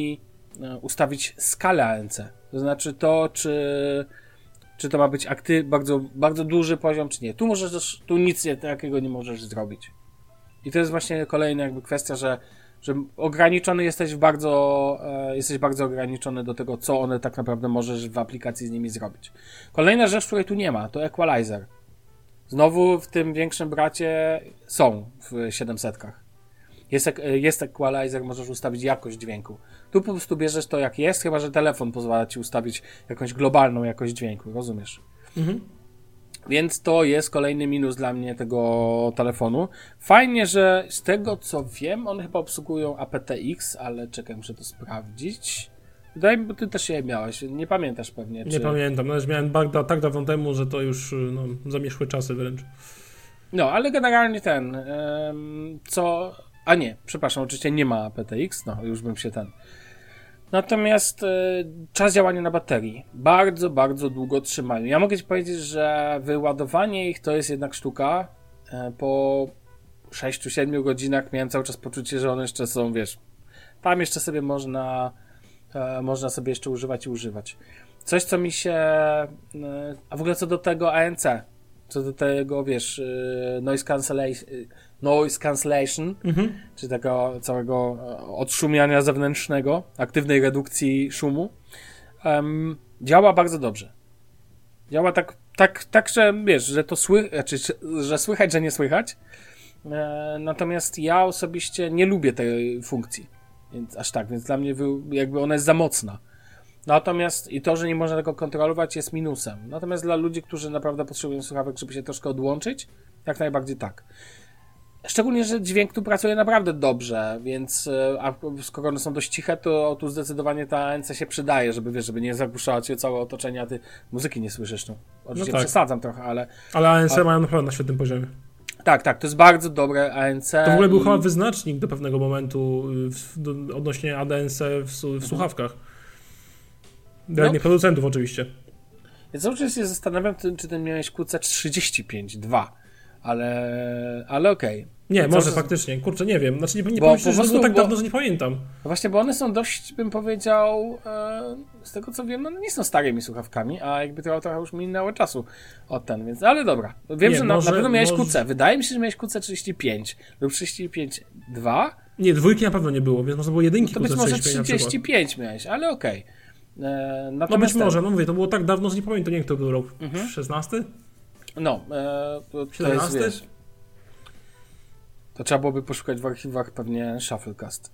ustawić skalę A N C. To znaczy to, czy, czy to ma być akty- bardzo, bardzo duży poziom, czy nie. Tu możesz, tu nic takiego nie możesz zrobić. I to jest właśnie kolejna jakby kwestia, że, że ograniczony jesteś w bardzo, e, jesteś bardzo ograniczony do tego, co one tak naprawdę możesz w aplikacji z nimi zrobić. Kolejna rzecz, której tu nie ma, to equalizer. Znowu w tym większym bracie są w siedemsetkach. Jest, jest equalizer, możesz ustawić jakość dźwięku. Tu po prostu bierzesz to jak jest, chyba że telefon pozwala ci ustawić jakąś globalną jakość dźwięku, rozumiesz? Mhm. Więc to jest kolejny minus dla mnie tego telefonu. Fajnie, że z tego co wiem, one chyba obsługują A P T X, ale czekaj, muszę to sprawdzić. Wydaje mi się, bo ty też je miałeś, nie pamiętasz pewnie. Czy... Nie pamiętam, no już miałem bagda tak dawno temu, że to już no, zamieszłe czasy wręcz. No, ale generalnie ten, ym, co... A nie, przepraszam, oczywiście nie ma A P T X, no już bym się ten... Natomiast y, czas działania na baterii bardzo, bardzo długo trzymają. Ja mogę ci powiedzieć, że wyładowanie ich to jest jednak sztuka. Y, po sześciu siedmiu godzinach miałem cały czas poczucie, że one jeszcze są, wiesz, tam jeszcze sobie można, y, można sobie jeszcze używać i używać. Coś, co mi się... Y, a w ogóle co do tego A N C, co do tego, wiesz, y, noise cancellation... Y, noise cancellation, mhm. czy tego całego odszumiania zewnętrznego, aktywnej redukcji szumu, um, działa bardzo dobrze. Działa tak, tak, tak, że wiesz, że to słychać, znaczy, że słychać, że nie słychać. E, natomiast ja osobiście nie lubię tej funkcji. Więc aż tak, więc dla mnie jakby ona jest za mocna. Natomiast i to, że nie można tego kontrolować, jest minusem. Natomiast dla ludzi, którzy naprawdę potrzebują słuchawek, żeby się troszkę odłączyć, jak najbardziej tak. Szczególnie, że dźwięk tu pracuje naprawdę dobrze, więc a skoro one są dość ciche, to tu zdecydowanie ta A N C się przydaje, żeby wiesz, żeby nie zagłuszało cię całe otoczenie, a ty muzyki nie słyszysz. No. Oczywiście no tak. Przesadzam trochę, ale... Ale A N C a... mają naprawdę na świetnym poziomie. Tak, tak, to jest bardzo dobre A N C. To w ogóle był i... chyba wyznacznik do pewnego momentu w, do, odnośnie A D N C w, w mhm. słuchawkach. Dla no. producentów oczywiście. Ja cały czas się zastanawiam, czy ten miałeś Q C trzydzieści pięć dwa. Ale, ale okej. Okay. Nie, może czas... faktycznie. Kurczę, nie wiem. Znaczy nie, nie powiem, że było tak bo... dawno, że nie pamiętam. No właśnie, bo one są dość, bym powiedział, e, z tego co wiem, no nie są starymi słuchawkami, a jakby trochę, trochę już minęło czasu od ten, więc, ale dobra. Wiem, nie, że może, na, na pewno miałeś może... Q C. Wydaje mi się, że miałeś Q C trzydzieści pięć lub trzydzieści pięć dwa. Nie, dwójki na pewno nie było, więc może było jedynki no to Q C być może trzydzieści pięć miałeś, ale okej. Okay. E, no być ten... może, no mówię, to było tak dawno, że nie pamiętam, nie wiem, to był rok. Mhm. szesnasty? No, e, to, to siedemnasty? Jest, wiesz, to trzeba byłoby poszukać w archiwach pewnie Shufflecast.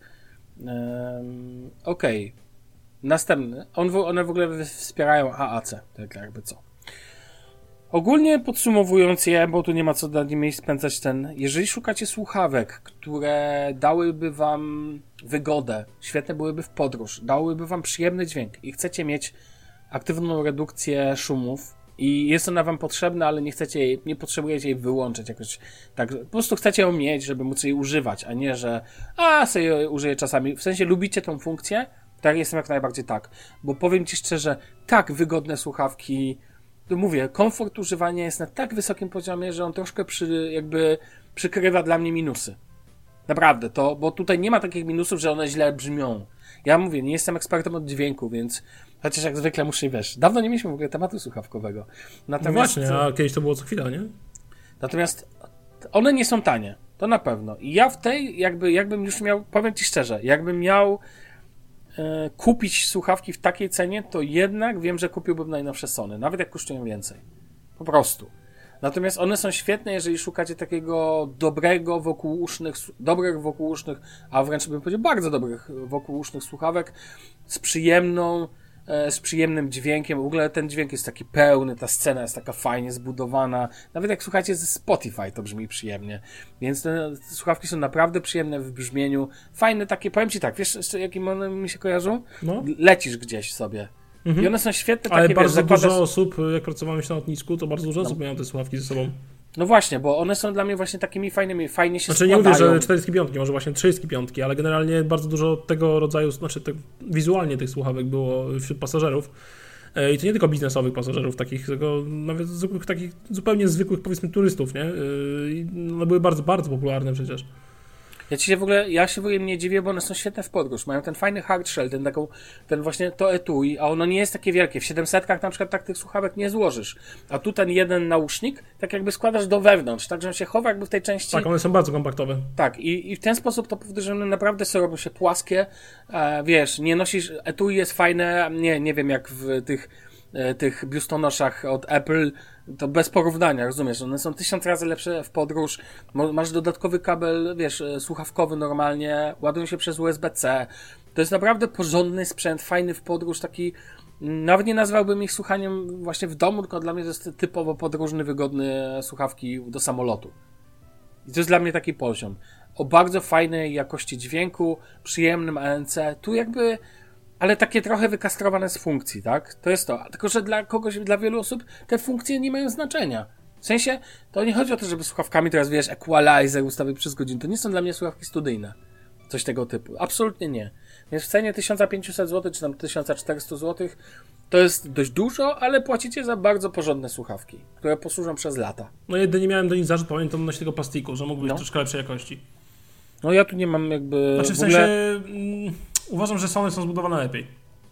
Um, Okej. Okay. Następny. On, one w ogóle wspierają A A C, tak jakby co. Ogólnie podsumowując je, bo tu nie ma co dla nich spędzać ten... Jeżeli szukacie słuchawek, które dałyby wam wygodę, świetne byłyby w podróż, dałyby wam przyjemny dźwięk i chcecie mieć aktywną redukcję szumów, i jest ona wam potrzebna, ale nie chcecie jej, nie potrzebujecie jej wyłączyć jakoś tak, po prostu chcecie ją mieć, żeby móc jej używać, a nie, że a, sobie użyję czasami, w sensie lubicie tą funkcję, tak jestem jak najbardziej tak, bo powiem ci szczerze, tak wygodne słuchawki, to mówię, komfort używania jest na tak wysokim poziomie, że on troszkę przy, jakby przykrywa dla mnie minusy. Naprawdę, to, bo tutaj nie ma takich minusów, że one źle brzmią. Ja mówię, nie jestem ekspertem od dźwięku, więc chociaż jak zwykle muszę, wiesz, dawno nie mieliśmy w ogóle tematu słuchawkowego. Natomiast, no właśnie, a kiedyś to było co chwila, nie? Natomiast one nie są tanie, to na pewno. I ja w tej, jakby, jakbym już miał, powiem ci szczerze, jakbym miał e, kupić słuchawki w takiej cenie, to jednak wiem, że kupiłbym najnowsze Sony, nawet jak kosztują więcej. Po prostu. Natomiast one są świetne, jeżeli szukacie takiego dobrego wokółusznych, dobrych wokółusznych, a wręcz bym powiedział bardzo dobrych wokółusznych słuchawek z przyjemną, e, z przyjemnym dźwiękiem. W ogóle ten dźwięk jest taki pełny, ta scena jest taka fajnie zbudowana. Nawet jak słuchacie ze Spotify, to brzmi przyjemnie. Więc te, te słuchawki są naprawdę przyjemne w brzmieniu. Fajne takie, powiem ci tak, wiesz jeszcze jakim one mi się kojarzą? No. Lecisz gdzieś sobie. Mhm. I one są świetne takie, ale wiesz, bardzo zakładasz... dużo osób, jak pracowałem na lotnisku, to bardzo dużo osób no. miało te słuchawki ze sobą. No właśnie, bo one są dla mnie właśnie takimi fajnymi, fajnie się znaczy, składają. Znaczy nie mówię, że czterdzieści pięć, może właśnie trzydzieści pięć, ale generalnie bardzo dużo tego rodzaju, znaczy te, wizualnie tych słuchawek było wśród pasażerów. I to nie tylko biznesowych pasażerów, takich, tylko nawet zwykłych, takich zupełnie zwykłych, powiedzmy, turystów, nie? I one były bardzo, bardzo popularne przecież. Ja ci się w ogóle, ja się w ogóle nie dziwię, bo one są świetne w podróż. Mają ten fajny hard shell, ten taką, ten właśnie to etui, a ono nie jest takie wielkie. W siedemsetkach na przykład tak tych słuchawek nie złożysz. A tu ten jeden nausznik, tak jakby składasz do wewnątrz, tak że on się chowa jakby w tej części. Tak, one są bardzo kompaktowe. Tak, i, i w ten sposób to powoduje, że one naprawdę sobie robią się płaskie. E, wiesz, nie nosisz, etui jest fajne, nie, nie wiem jak w tych, e, tych biustonoszach od Apple, to bez porównania, rozumiesz? One są tysiąc razy lepsze w podróż. Masz dodatkowy kabel, wiesz, słuchawkowy normalnie, ładują się przez U S B C. To jest naprawdę porządny sprzęt, fajny w podróż, taki, nawet nie nazwałbym ich słuchaniem właśnie w domu, tylko dla mnie to jest typowo podróżny, wygodny słuchawki do samolotu. I to jest dla mnie taki poziom. O bardzo fajnej jakości dźwięku, przyjemnym A N C. Tu jakby... ale takie trochę wykastrowane z funkcji, tak? To jest to. Tylko, że dla kogoś, dla wielu osób te funkcje nie mają znaczenia. W sensie, to nie chodzi o to, żeby słuchawkami teraz, wiesz, equalizer ustawić przez godzinę. To nie są dla mnie słuchawki studyjne. Coś tego typu. Absolutnie nie. Więc w cenie tysiąc pięćset złotych, czy tam tysiąc czterysta złotych, to jest dość dużo, ale płacicie za bardzo porządne słuchawki, które posłużą przez lata. No jedynie miałem do nich zarzut, pamiętam, nosi tego plastiku, że mógł być No. troszkę lepszej jakości. No ja tu nie mam jakby... Znaczy w, w sensie... ogóle... Mm, uważam, że Sony są zbudowane lepiej.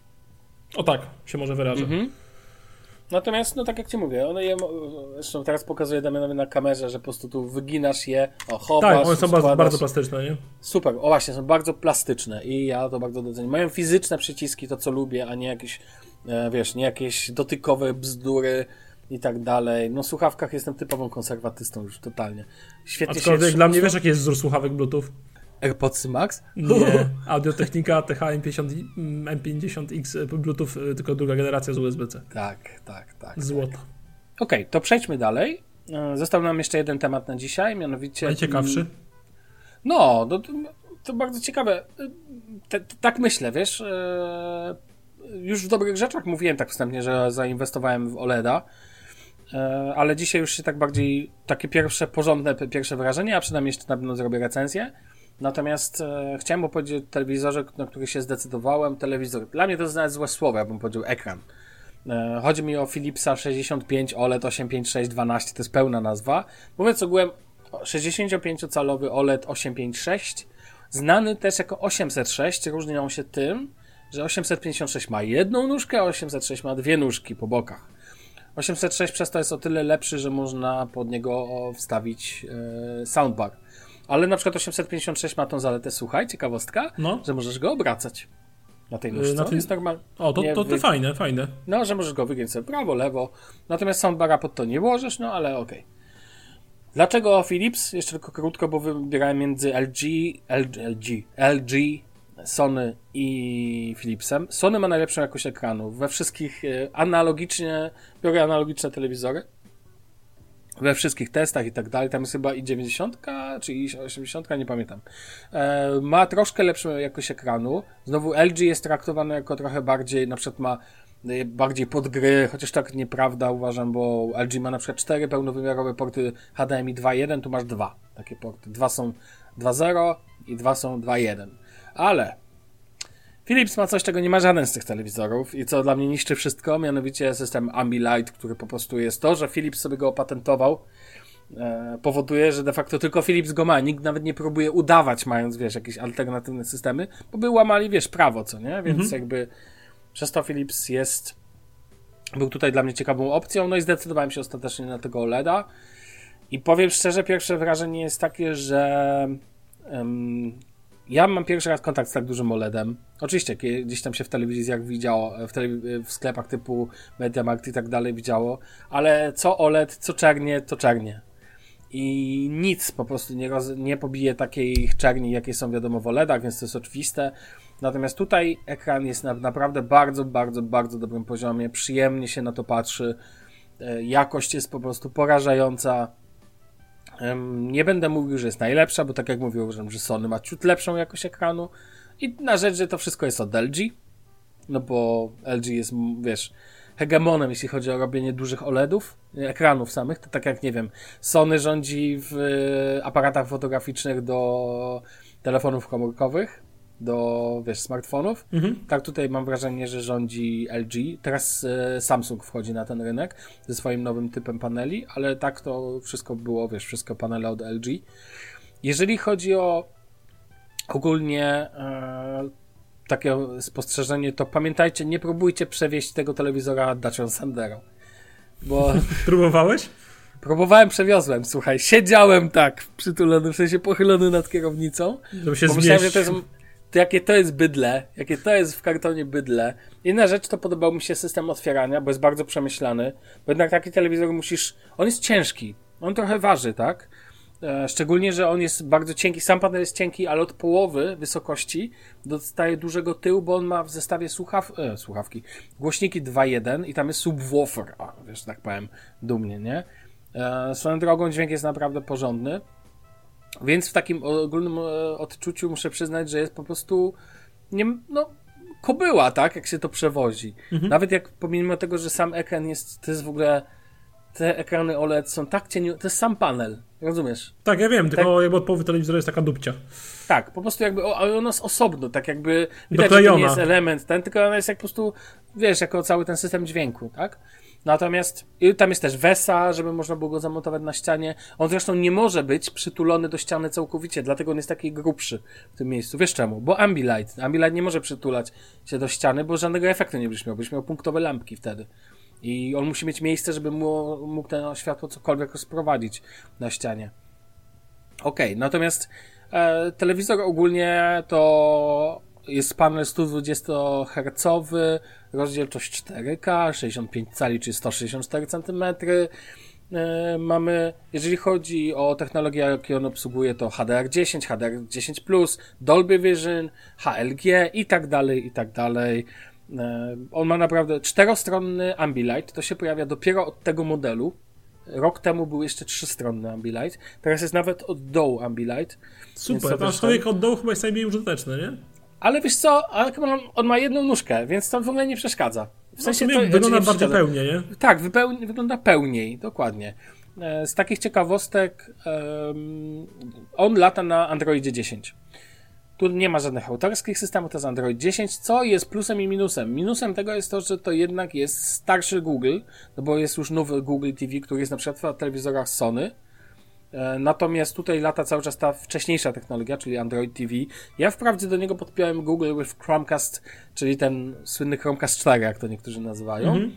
O tak, się może wyrażę. Mhm. Natomiast, no tak jak ci mówię, one je, zresztą teraz pokazuję Damianowi na kamerze, że po prostu tu wyginasz je, o, chowasz, Tak, one są bardzo, składasz. bardzo plastyczne, nie? Super, o właśnie, są bardzo plastyczne i ja to bardzo doceniam. Mają fizyczne przyciski, to co lubię, a nie jakieś, e, wiesz, nie jakieś dotykowe bzdury i tak dalej. No w słuchawkach jestem typową konserwatystą już totalnie. Świetnie Aczkolwiek się... dla mnie, wiesz jaki jest wzór słuchawek Bluetooth? AirPodsy Max? Nie, Audio-Technica T H M pięćdziesiąt, M pięćdziesiąt X Bluetooth, tylko druga generacja z U S B C. Tak, tak, tak. Złoto. Tak. Okej, okay, to przejdźmy dalej. Został nam jeszcze jeden temat na dzisiaj, mianowicie... Najciekawszy? No, to, to bardzo ciekawe. Te, te, tak myślę, wiesz, e, już w dobrych rzeczach mówiłem tak wstępnie, że zainwestowałem w OLEDa, e, ale dzisiaj już się tak bardziej, takie pierwsze, porządne pierwsze wrażenie, a przynajmniej jeszcze na pewno zrobię recenzję. Natomiast e, chciałem opowiedzieć o telewizorze, na który się zdecydowałem. Telewizor, dla mnie to jest nawet złe słowo, ja bym powiedział ekran. E, chodzi mi o Philipsa sześćdziesiąt pięć O L E D osiemset pięćdziesiąt sześć dwanaście, to jest pełna nazwa. Mówiąc ogółem, sześćdziesięciopięciocalowy O L E D osiemset pięćdziesiąt sześć, znany też jako osiemset sześć, różni on się tym, że osiemset pięćdziesiąt sześć ma jedną nóżkę, a osiemset sześć ma dwie nóżki po bokach. osiemset sześć przez to jest o tyle lepszy, że można pod niego wstawić e, soundbar. Ale na przykład osiemset pięćdziesiąt sześć ma tą zaletę, słuchaj, ciekawostka, no. że możesz go obracać na tej nóżce. Na tej... Jest normal... O, to, to, to wy... fajne, fajne. No, że możesz go wygiąć sobie prawo, lewo. Natomiast soundbara pod to nie włożysz, no ale okej. Okay. Dlaczego Philips? Jeszcze tylko krótko, bo wybierałem między L G, L G, L G, L G, Sony i Philipsem. Sony ma najlepszą jakość ekranu. We wszystkich analogicznie, biorę analogiczne telewizory. We wszystkich testach i tak dalej. Tam jest chyba i dziewięćdziesiąt, czy i osiemdziesiąt, nie pamiętam. E, ma troszkę lepszą jakość ekranu. Znowu L G jest traktowany jako trochę bardziej, na przykład ma bardziej pod gry, chociaż tak nieprawda uważam, bo L G ma na przykład cztery pełnowymiarowe porty H D M I dwa jeden, tu masz dwa takie porty. Dwa są dwa zero i dwa są dwa jeden. Ale Philips ma coś, czego nie ma żaden z tych telewizorów i co dla mnie niszczy wszystko, mianowicie system Ambilight, który po prostu jest to, że Philips sobie go opatentował, e, powoduje, że de facto tylko Philips go ma. Nikt nawet nie próbuje udawać, mając, wiesz, jakieś alternatywne systemy, bo by łamali, wiesz, prawo, co nie? Więc mhm. jakby przez to Philips jest, był tutaj dla mnie ciekawą opcją, no i zdecydowałem się ostatecznie na tego OLEDa i powiem szczerze, pierwsze wrażenie jest takie, że um, ja mam pierwszy raz kontakt z tak dużym OLEDem. Oczywiście gdzieś tam się w telewizjach widziało, w, telewiz- w sklepach typu MediaMarkt i tak dalej widziało, ale co O L E D, co czernie, to czernie. I nic po prostu nie, roz- nie pobije takiej czerni, jakie są wiadomo w OLEDach, więc to jest oczywiste. Natomiast tutaj ekran jest na naprawdę bardzo, bardzo, bardzo dobrym poziomie. Przyjemnie się na to patrzy. Jakość jest po prostu porażająca. Nie będę mówił, że jest najlepsza, bo tak jak mówiłem, że Sony ma ciut lepszą jakość ekranu. I na rzecz, że to wszystko jest od L G. No bo L G jest, wiesz, hegemonem, jeśli chodzi o robienie dużych OLEDów, ekranów samych. To tak jak, nie wiem, Sony rządzi w aparatach fotograficznych do telefonów komórkowych, do, wiesz, smartfonów. Mhm. Tak tutaj mam wrażenie, że rządzi L G. Teraz e, Samsung wchodzi na ten rynek ze swoim nowym typem paneli, ale tak to wszystko było, wiesz, wszystko panele od L G. Jeżeli chodzi o ogólnie e, takie spostrzeżenie to pamiętajcie, nie próbujcie przewieźć tego telewizora Dacią Sandero. Bo Próbowałeś? próbowałem, przewiozłem, słuchaj, siedziałem tak przytulony, w sensie pochylony nad kierownicą, Żeby się bo myślałem, zmieścić. że to jest, to jakie to jest bydle, jakie to jest w kartonie bydle. Inna rzecz, to podobał mi się system otwierania, bo jest bardzo przemyślany, bo jednak taki telewizor musisz, on jest ciężki, on trochę waży, tak? E, szczególnie, że on jest bardzo cienki, sam panel jest cienki, ale od połowy wysokości dostaje dużego tyłu, bo on ma w zestawie słuchaw, e, słuchawki, głośniki dwa jeden i tam jest subwoofer, a, wiesz, tak powiem dumnie, nie? E, swoją drogą dźwięk jest naprawdę porządny, więc w takim ogólnym e, odczuciu muszę przyznać, że jest po prostu nie, no, kobyła, tak, jak się to przewozi. Mhm. Nawet jak pomimo tego, że sam ekran jest, to jest w ogóle, te ekrany O L E D są tak cienio, to jest sam panel, rozumiesz? Tak, ja wiem, tylko tak, jakby od połowy telewizora jest taka dupcia. Tak, po prostu jakby, o, ona jest osobno, tak jakby, widać, doklejona. że to nie jest element ten, tylko ona jest jak po prostu, wiesz, jako cały ten system dźwięku, tak? Natomiast i tam jest też Vesa, żeby można było go zamontować na ścianie. On zresztą nie może być przytulony do ściany całkowicie, dlatego on jest taki grubszy w tym miejscu. Wiesz czemu? Bo Ambilight. Ambilight nie może przytulać się do ściany, bo żadnego efektu nie byś miał. Byś miał punktowe lampki wtedy. I on musi mieć miejsce, żeby mógł, mógł to światło cokolwiek rozprowadzić na ścianie. Okej, okay, natomiast e, telewizor ogólnie to jest panel sto dwadzieścia herców, rozdzielczość cztery K, sześćdziesiąt pięć cali, czyli sto sześćdziesiąt cztery centymetry. E, mamy, jeżeli chodzi o technologię, jakie on obsługuje, to H D R dziesięć, H D R dziesięć plus, Dolby Vision, H L G i tak dalej, i tak dalej. E, on ma naprawdę czterostronny Ambilight, to się pojawia dopiero od tego modelu. Rok temu był jeszcze trzystronny Ambilight, teraz jest nawet od dołu Ambilight. Super, to aczkolwiek od dołu chyba jest najmniej użyteczny, nie? Ale wiesz co, ale on, on ma jedną nóżkę, więc to w ogóle nie przeszkadza. W sensie no, to wygląda nie bardziej pełnie, nie? Tak, wypełni, wygląda pełniej, dokładnie. Z takich ciekawostek um, on lata na Androidzie dziesięć. Tu nie ma żadnych autorskich systemów, to jest Android dziesięć, co jest plusem i minusem. Minusem tego jest to, że to jednak jest starszy Google, no bo jest już nowy Google T V, który jest na przykład w telewizorach Sony. Natomiast tutaj lata cały czas ta wcześniejsza technologia, czyli Android T V. Ja wprawdzie do niego podpiąłem Google with Chromecast, czyli ten słynny Chromecast cztery, jak to niektórzy nazywają. Mm-hmm.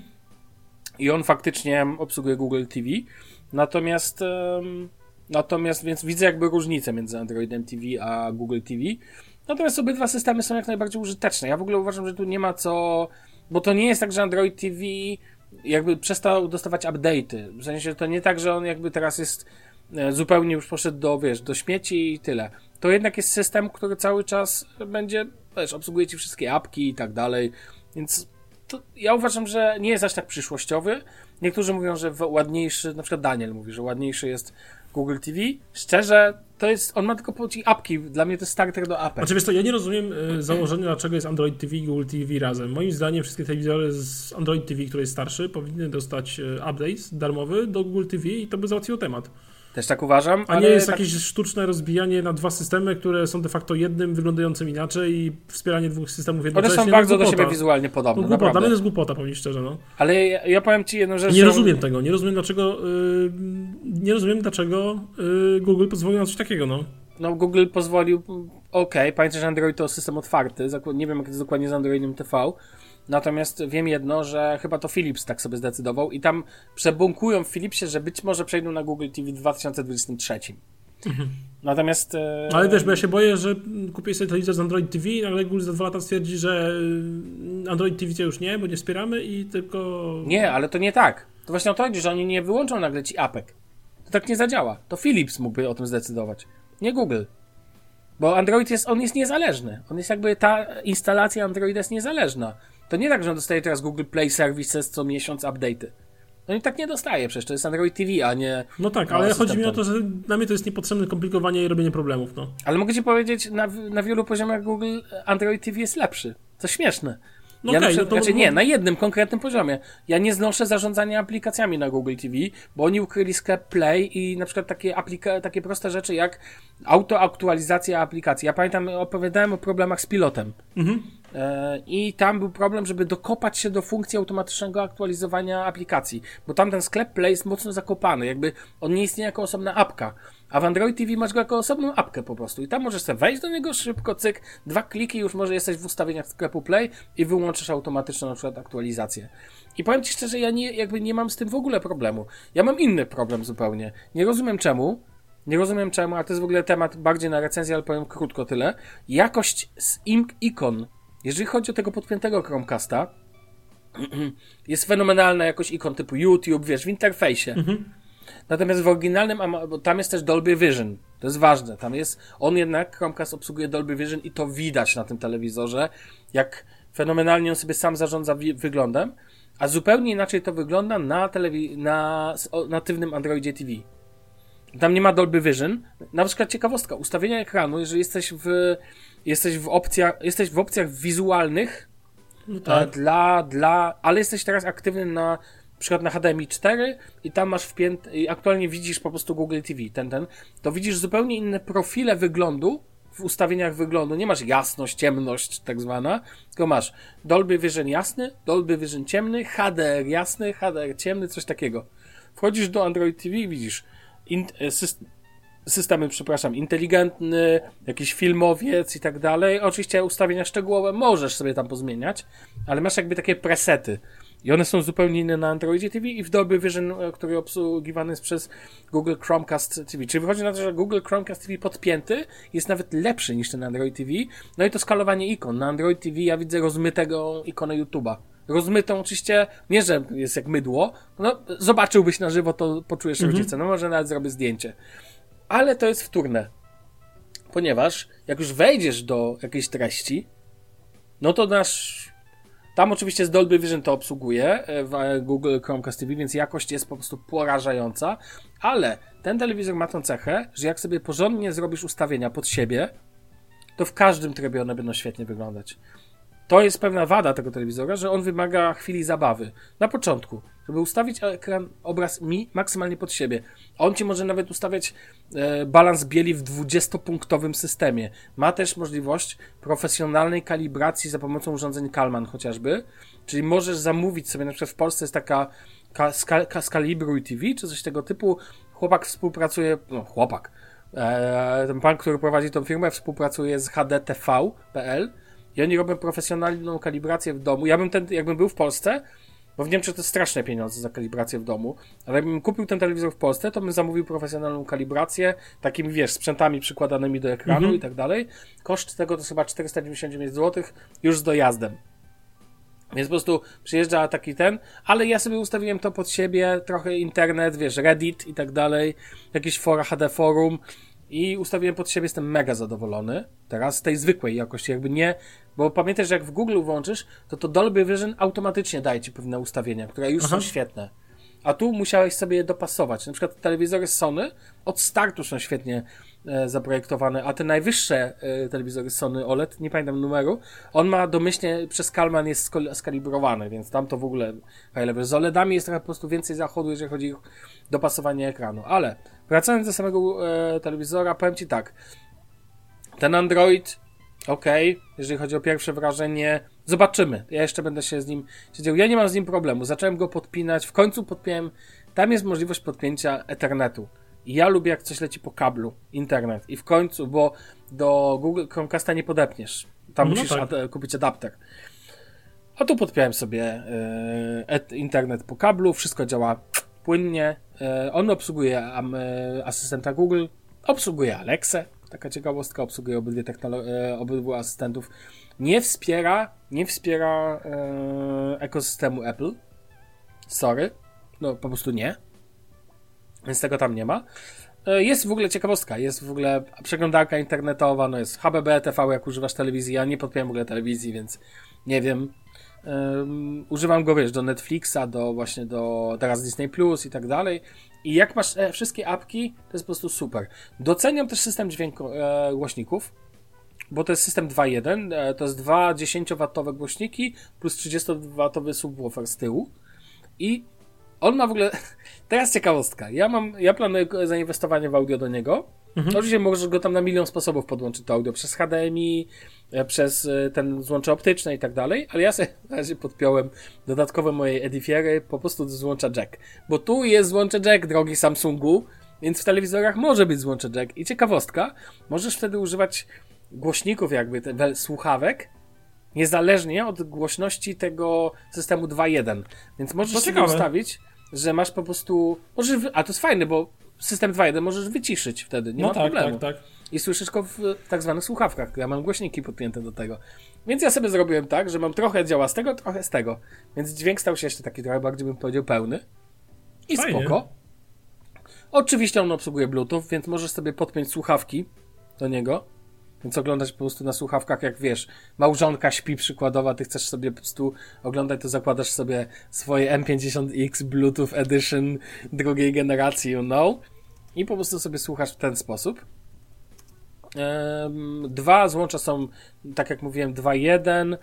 I on faktycznie obsługuje Google T V. Natomiast, um, natomiast więc widzę jakby różnicę między Androidem T V a Google T V. Natomiast obydwa systemy są jak najbardziej użyteczne. Ja w ogóle uważam, że tu nie ma co... Bo to nie jest tak, że Android T V jakby przestał dostawać update'y. W sensie to nie tak, że on jakby teraz jest... zupełnie już poszedł do, wiesz, do śmieci i tyle. To jednak jest system, który cały czas będzie, wiesz, obsługuje ci wszystkie apki i tak dalej, więc to ja uważam, że nie jest aż tak przyszłościowy. Niektórzy mówią, że ładniejszy, na przykład Daniel mówi, że ładniejszy jest Google T V. Szczerze, to jest, on ma tylko po apki, dla mnie to jest starter do apek. Znaczy wiesz to, ja nie rozumiem y, założenia, dlaczego jest Android T V i Google T V razem. Moim zdaniem wszystkie telewizory z Android T V, który jest starszy, powinny dostać y, update darmowy do Google T V i to by załatwiło temat. Też tak uważam. A nie jest tak... jakieś sztuczne rozbijanie na dwa systemy, które są de facto jednym, wyglądającym inaczej i wspieranie dwóch systemów jednocześnie. One są bardzo do siebie wizualnie podobne. No głupota, dla mnie to jest głupota, powiem szczerze. No. Ale ja, ja powiem ci jedną rzecz. Nie rozumiem tego, nie rozumiem dlaczego yy, nie rozumiem dlaczego yy, Google pozwolił na coś takiego, no. No Google pozwolił, okej, okay, pamiętaj, że Android to system otwarty, nie wiem jak to jest dokładnie z Androidem T V, natomiast wiem jedno, że chyba to Philips tak sobie zdecydował i tam przebąkują w Philipsie, że być może przejdą na Google T V w dwa tysiące dwudziestym trzecim. Mhm. Natomiast... E... Ale wiesz, bo ja się boję, że kupię sobie telewizor z Android T V, ale Google za dwa lata stwierdzi, że Android T V już nie, bo nie wspieramy i tylko... Nie, ale to nie tak. To właśnie o to chodzi, że oni nie wyłączą nagle ci apek. To tak nie zadziała. To Philips mógłby o tym zdecydować. Nie Google. Bo Android jest, on jest niezależny. On jest jakby, ta instalacja Androida jest niezależna. To nie tak, że on dostaje teraz Google Play Services co miesiąc update'y. On i tak nie dostaje, przecież to jest Android T V, a nie... No tak, ale chodzi mi o to, że dla mnie to jest niepotrzebne komplikowanie i robienie problemów, no. Ale mogę ci powiedzieć, na, na wielu poziomach Google Android T V jest lepszy. To śmieszne. No ja okay, na przykład, no to... znaczy nie, na jednym konkretnym poziomie. Ja nie znoszę zarządzania aplikacjami na Google T V, bo oni ukryli sklep Play i na przykład takie, aplika- takie proste rzeczy jak autoaktualizacja aplikacji. Ja pamiętam, opowiadałem o problemach z pilotem. Mhm. i tam był problem, żeby dokopać się do funkcji automatycznego aktualizowania aplikacji, bo tam ten sklep Play jest mocno zakopany, jakby on nie istnieje jako osobna apka, a w Android T V masz go jako osobną apkę po prostu i tam możesz sobie wejść do niego szybko, cyk, dwa kliki, już może jesteś w ustawieniach sklepu Play i wyłączysz automatyczną na przykład aktualizację. I powiem Ci szczerze, ja nie, jakby nie mam z tym w ogóle problemu. Ja mam inny problem zupełnie. Nie rozumiem czemu, nie rozumiem czemu, a to jest w ogóle temat bardziej na recenzję, ale powiem krótko tyle. Jakość z ikon, jeżeli chodzi o tego podpiętego Chromecasta, jest fenomenalna jakość ikon typu YouTube, wiesz, w interfejsie. Mhm. Natomiast w oryginalnym, bo tam jest też Dolby Vision, to jest ważne, tam jest, on jednak, Chromecast obsługuje Dolby Vision i to widać na tym telewizorze, jak fenomenalnie on sobie sam zarządza wi- wyglądem, a zupełnie inaczej to wygląda na, telewi- na natywnym Androidzie T V. Tam nie ma Dolby Vision. Na przykład ciekawostka, ustawienia ekranu, jeżeli jesteś w, jesteś w opcjach, jesteś w opcjach wizualnych, no tak. dla, dla, ale jesteś teraz aktywny na, na przykład na H D M I cztery i tam masz wpięty, i aktualnie widzisz po prostu Google T V, ten, ten, to widzisz zupełnie inne profile wyglądu w ustawieniach wyglądu. Nie masz jasność, ciemność tak zwana, tylko masz Dolby Vision jasny, Dolby Vision ciemny, H D R jasny, H D R ciemny, coś takiego. Wchodzisz do Android T V i widzisz in, system, systemy, przepraszam, inteligentny, jakiś filmowiec i tak dalej. Oczywiście ustawienia szczegółowe możesz sobie tam pozmieniać, ale masz jakby takie presety. I one są zupełnie inne na Androidzie T V i w Dolby Vision, który obsługiwany jest przez Google Chromecast T V. Czyli wychodzi na to, że Google Chromecast T V podpięty jest nawet lepszy niż ten Android T V. No i to skalowanie ikon. Na Android T V ja widzę rozmytego ikonę YouTube'a. Rozmytą oczywiście, nie że jest jak mydło, no zobaczyłbyś na żywo, to poczujesz mhm. różnicę. No może nawet zrobię zdjęcie. Ale to jest wtórne. Ponieważ jak już wejdziesz do jakiejś treści, no to nasz... Tam oczywiście z Dolby Vision to obsługuje w Google Chromecast T V, więc jakość jest po prostu porażająca, ale ten telewizor ma tą cechę, że jak sobie porządnie zrobisz ustawienia pod siebie, to w każdym trybie one będą świetnie wyglądać. To jest pewna wada tego telewizora, że on wymaga chwili zabawy. Na początku, żeby ustawić ekran, obraz mi maksymalnie pod siebie. On ci może nawet ustawiać e, balans bieli w dwudziestopunktowym systemie. Ma też możliwość profesjonalnej kalibracji za pomocą urządzeń Kalman chociażby. Czyli możesz zamówić sobie, na przykład w Polsce jest taka ka, ska, ka, Skalibruj T V, czy coś tego typu. Chłopak współpracuje, no chłopak, e, ten pan, który prowadzi tą firmę, współpracuje z H D T V kropka P L. I oni robią profesjonalną kalibrację w domu. Ja bym ten, jakbym był w Polsce, bo w Niemczech to jest straszne pieniądze za kalibrację w domu, ale jakbym kupił ten telewizor w Polsce, to bym zamówił profesjonalną kalibrację, takimi, wiesz, sprzętami przykładanymi do ekranu mhm. i tak dalej. Koszt tego to jest chyba czterysta dziewięćdziesiąt dziewięć złotych już z dojazdem. Więc po prostu przyjeżdża taki ten, ale ja sobie ustawiłem to pod siebie, trochę internet, wiesz, Reddit i tak dalej, jakieś fora, H D Forum, i ustawiłem pod siebie, jestem mega zadowolony. Teraz z tej zwykłej jakości, jakby nie, bo pamiętaj, że jak w Google włączysz, to to Dolby Vision automatycznie daje ci pewne ustawienia, które już Aha. są świetne. A tu musiałeś sobie je dopasować. Na przykład telewizory Sony od startu są świetnie e, zaprojektowane, a te najwyższe e, telewizory Sony O L E D, nie pamiętam numeru, on ma domyślnie przez Kalman jest skol- skalibrowany, więc tam to w ogóle high level. Z OLEDami jest trochę po prostu więcej zachodu, jeżeli chodzi o dopasowanie ekranu. Ale wracając do samego e, telewizora, powiem Ci tak. Ten Android, okej, okay, jeżeli chodzi o pierwsze wrażenie, zobaczymy. Ja jeszcze będę się z nim siedział. Ja nie mam z nim problemu. Zacząłem go podpinać. W końcu podpiąłem. Tam jest możliwość podpięcia Ethernetu. I ja lubię, jak coś leci po kablu. Internet. I w końcu, bo do Google Chromecasta nie podepniesz. Tam no musisz tak. ad- kupić adapter. A tu podpiąłem sobie e, internet po kablu. Wszystko działa płynnie. E, on obsługuje am, e, asystenta Google. Obsługuje Alexę. Taka ciekawostka, obsługuje obydwie technolo- e, obydwu asystentów. Nie wspiera, nie wspiera e, ekosystemu Apple. Sorry. No po prostu nie. Więc tego tam nie ma. E, jest w ogóle ciekawostka. Jest w ogóle przeglądarka internetowa, no jest H B B T V, jak używasz telewizji. Ja nie podpiąłem w ogóle telewizji, więc nie wiem. Um, używam go, wiesz, do Netflixa, do właśnie do teraz Disney Plus i tak dalej. I jak masz e, wszystkie apki, to jest po prostu super. Doceniam też system dźwięku e, głośników, bo to jest system dwa jeden, e, to jest dwa dziesięciowatowe głośniki plus trzydziestowatowy subwoofer z tyłu. I on ma w ogóle... Teraz ciekawostka. Ja mam, ja planuję zainwestowanie w audio do niego Mhm. Oczywiście możesz go tam na milion sposobów podłączyć to audio, przez H D M I, przez ten złącze optyczne i tak dalej, ale ja sobie na razie podpiąłem dodatkowe mojej Edifiery po prostu do złącza jack, bo tu jest złącze jack, drogi Samsungu, więc w telewizorach może być złącze jack i ciekawostka, możesz wtedy używać głośników jakby, te, słuchawek, niezależnie od głośności tego systemu dwa jeden, więc możesz sobie ustawić, że masz po prostu, możesz, a to jest fajne, bo system dwa jeden możesz wyciszyć wtedy, nie no ma tak, problemu. tak, tak. I słyszysz go w tak zwanych słuchawkach. Ja mam głośniki podpięte do tego. Więc ja sobie zrobiłem tak, że mam trochę działa z tego, trochę z tego. Więc dźwięk stał się jeszcze taki trochę bardziej, bym powiedział, pełny. I Fajnie. spoko. Oczywiście on obsługuje Bluetooth, więc możesz sobie podpiąć słuchawki do niego. Więc oglądać po prostu na słuchawkach, jak wiesz, małżonka śpi przykładowa, ty chcesz sobie po prostu oglądać, to zakładasz sobie swoje M pięćdziesiąt X Bluetooth Edition drugiej generacji, you know. I po prostu sobie słuchasz w ten sposób. Dwa złącza są, tak jak mówiłem, dwa jeden,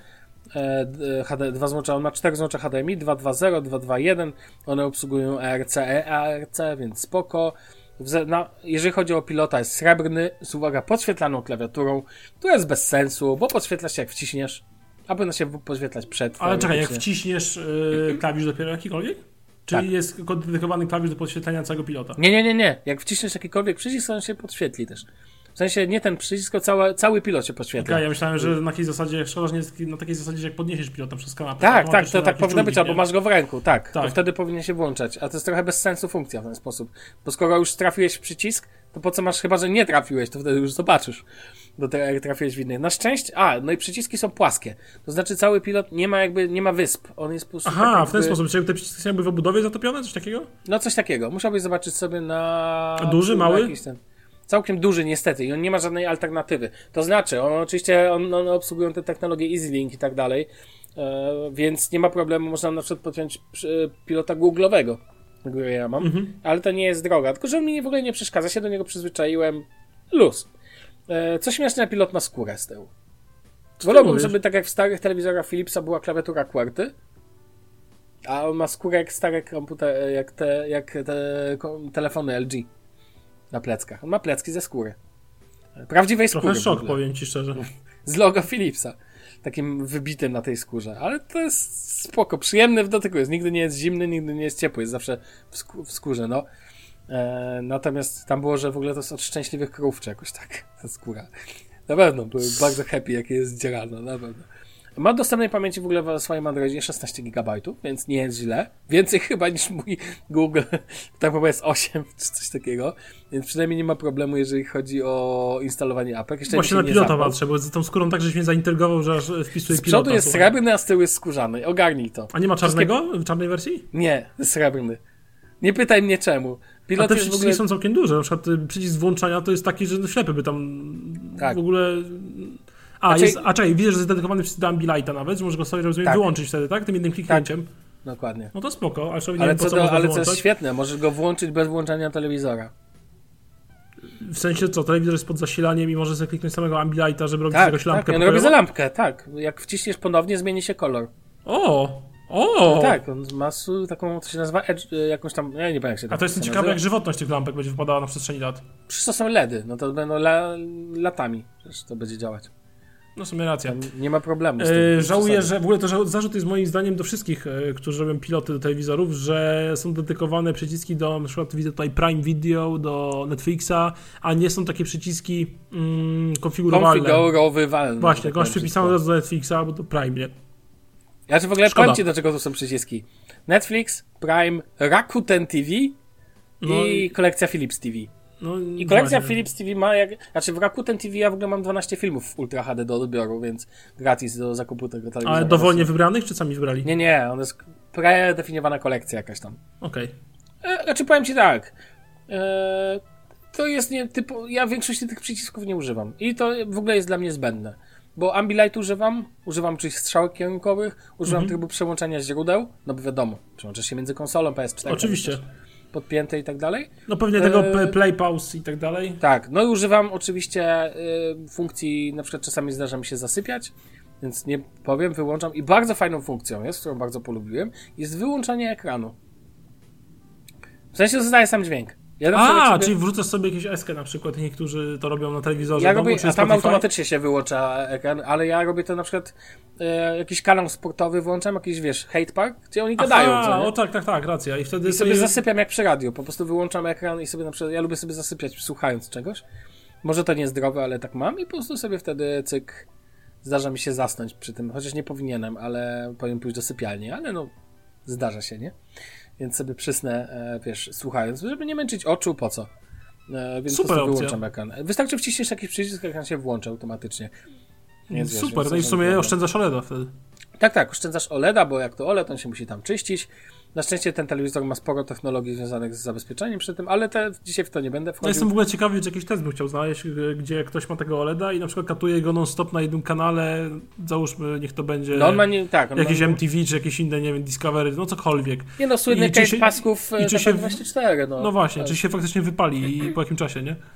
dwa złącza, on ma cztery złącza H D M I, dwa dwa zero, dwa dwa jeden, one obsługują E R C, E A R C, więc spoko. Na, jeżeli chodzi o pilota, jest srebrny, z uwaga, podświetlaną klawiaturą, która jest bez sensu, bo podświetla się jak wciśniesz, a powinno się podświetlać przed. Ale czekaj, jak wciśniesz yy, klawisz dopiero jakikolwiek? Czyli tak. Jest dedykowany klawisz do podświetlania całego pilota? Nie, nie, nie, nie. Jak wciśniesz jakikolwiek przycisk, on się podświetli też. W sensie nie ten przycisk, tylko cały, cały pilot się podświetla. Okay, ja myślałem, że na takiej zasadzie, szkoda, że nie na takiej zasadzie, że jak podniesiesz pilota przez kanapę. Tak, tak, to tak powinno być, albo masz go w ręku, tak, tak. To wtedy powinien się włączać, a to jest trochę bez sensu funkcja w ten sposób, bo skoro już trafiłeś w przycisk, to po co masz, chyba że nie trafiłeś, to wtedy już zobaczysz, do tego jak trafiłeś w innych. Na szczęście, a, no i przyciski są płaskie, to znaczy cały pilot nie ma jakby, nie ma wysp, on jest po prostu... Aha, tak jakby... w ten sposób, czy te przyciski są jakby w obudowie zatopione, coś takiego? No coś takiego, musiałbyś zobaczyć sobie na... A duży, mały? Jakiś ten... Całkiem duży niestety i on nie ma żadnej alternatywy. To znaczy, on oczywiście on, on obsługują te technologie EasyLink i tak dalej, e, więc nie ma problemu, można na przykład podpiąć przy, pilota Google'owego, którego ja mam, mhm. ale to nie jest droga, tylko że on mi w ogóle nie przeszkadza, się do niego przyzwyczaiłem, luz. E, co śmieszne, pilot ma skórę z tyłu. Wolałbym, żeby tak jak w starych telewizorach Philipsa była klawiatura QWERTY, a on ma skórę jak stare komputery, jak te, jak te telefony L G. Na pleckach. On ma plecki ze skóry. Prawdziwej skóry. Trochę szok, powiem ci szczerze. Z logo Philipsa. Takim wybitym na tej skórze. Ale to jest spoko. Przyjemny w dotyku jest. Nigdy nie jest zimny, nigdy nie jest ciepły. Jest zawsze w, skó- w skórze, no. E, natomiast tam było, że w ogóle to jest od szczęśliwych krów, czy jakoś tak. Ta skóra. Na pewno. Były bardzo happy, jakie jest dzierano. Na pewno. Ma dostępnej pamięci w ogóle w swoim Androidzie szesnaście gigabajtów, więc nie jest źle. Więcej chyba niż mój Google, tak chyba jest osiem czy coś takiego, więc przynajmniej nie ma problemu, jeżeli chodzi o instalowanie apek. Jeszcze właśnie na pilota patrzę, bo z tą skórą tak, żeś mnie zaintrygował, że aż wpisuję pilota. Z przodu jest słuchaj. Srebrny, a z tyłu jest skórzany. Ogarnij to. A nie ma czarnego Wszystkie... w czarnej wersji? Nie, jest srebrny. Nie pytaj mnie czemu. Pilot a te przyciski ogóle... są całkiem duże. Na przykład przycisk włączania to jest taki, że ślepy by tam tak. w ogóle... A, znaczy... jest, a czekaj, widzę, że jest dedykowany do Ambilighta nawet, że możesz go sobie rozumiem, tak. wyłączyć wtedy, tak? Tym jednym kliknięciem. Tak. Dokładnie. No to spoko, ale, nie ale wiem, po co, co do, można ale co włączać. jest świetne, możesz go włączyć bez włączania telewizora. W sensie co, telewizor jest pod zasilaniem i możesz sobie kliknąć samego Ambilighta, żeby robić tak, jakąś lampkę tak, on robi za lampkę, tak. Jak wciśniesz ponownie, zmieni się kolor. O! O! No tak, on ma taką, to się nazywa edge, jakąś tam, ja nie pamiętam jak się A to jest ciekawe, jak żywotność tych lampek będzie wypadała na przestrzeni lat. Przecież to są LEDy, no to będą la, latami, przecież to będzie działać. No w sumie racja. Nie ma problemu z tym. E, żałuję, że w ogóle to zarzut jest moim zdaniem do wszystkich, e, którzy robią piloty do telewizorów, że są dedykowane przyciski do, na przykład widzę tutaj Prime Video, do Netflixa, a nie są takie przyciski mm, konfigurowalne. Konfigurowywalne. Właśnie, tak masz przypisane raz do Netflixa albo do Prime, nie? Ja czy w ogóle powiem ci, do czego to są przyciski. Netflix, Prime, Rakuten T V no i kolekcja Philips T V. No, I kolekcja właśnie. Philips T V ma jak... Znaczy w Rakuten T V ja w ogóle mam dwanaście filmów w Ultra H D do odbioru, więc gratis do zakupu tego telewizora. Ale dowolnie wybranych, czy sami wybrali? Nie, nie, on jest predefiniowana kolekcja jakaś tam. Okej. Okay. E, znaczy powiem ci tak, e, to jest nie typu... Ja większości tych przycisków nie używam i to w ogóle jest dla mnie zbędne. Bo Ambilight używam, używam czyichś strzałek kierunkowych, używam mm-hmm. trybu przełączania źródeł, no bo wiadomo, przełączasz się między konsolą P S cztery. Oczywiście. Podpięte i tak dalej. No pewnie tego e... play, pause i tak dalej. Tak, no i używam oczywiście y, funkcji, na przykład czasami zdarza mi się zasypiać, więc nie powiem, wyłączam i bardzo fajną funkcją jest, którą bardzo polubiłem, jest wyłączanie ekranu. W sensie zostaje sam dźwięk. Ja a, ciebie... czyli wrzucasz sobie jakieś eskę na przykład, niektórzy to robią na telewizorze. Ja robię, a tam Spotify? automatycznie się wyłącza ekran, ale ja robię to na przykład e, jakiś kanał sportowy włączam, jakiś wiesz, hate park, gdzie oni gadają. Aha, o tak, tak, tak, racja. I wtedy I sobie sobie... zasypiam jak przy radiu, po prostu wyłączam ekran i sobie na przykład, ja lubię sobie zasypiać słuchając czegoś. Może to niezdrowe, ale tak mam i po prostu sobie wtedy cyk, zdarza mi się zasnąć przy tym, chociaż nie powinienem, ale powinien pójść do sypialni, ale no zdarza się, nie? Więc sobie przysnę, e, wiesz, słuchając, żeby nie męczyć oczu, po co? E, więc Super po prostu opcja. wyłączam ekran. Wystarczy wciśniesz jakiś przycisk, ekran się włącza automatycznie. Więc, wiesz, Super, więc no i w sumie problem. oszczędzasz O L E D a wtedy. Tak, tak, oszczędzasz O L E D a, bo jak to O L E D, on się musi tam czyścić. Na szczęście ten telewizor ma sporo technologii związanych z zabezpieczeniem przy tym, ale te, dzisiaj w to nie będę wchodził. Ja jestem w ogóle ciekawy, czy jakiś test bym chciał znaleźć, gdzie ktoś ma tego O L E D a i na przykład katuje go non-stop na jednym kanale, załóżmy, niech to będzie No on ma nie, tak, on jakiś ma... M T V, czy jakieś inne, nie wiem, Discovery, no cokolwiek. Nie no, słynny I czy case się- pasków i czy T V się- dwadzieścia cztery, no. No właśnie, Tak. czy się faktycznie wypali i po jakim czasie, nie?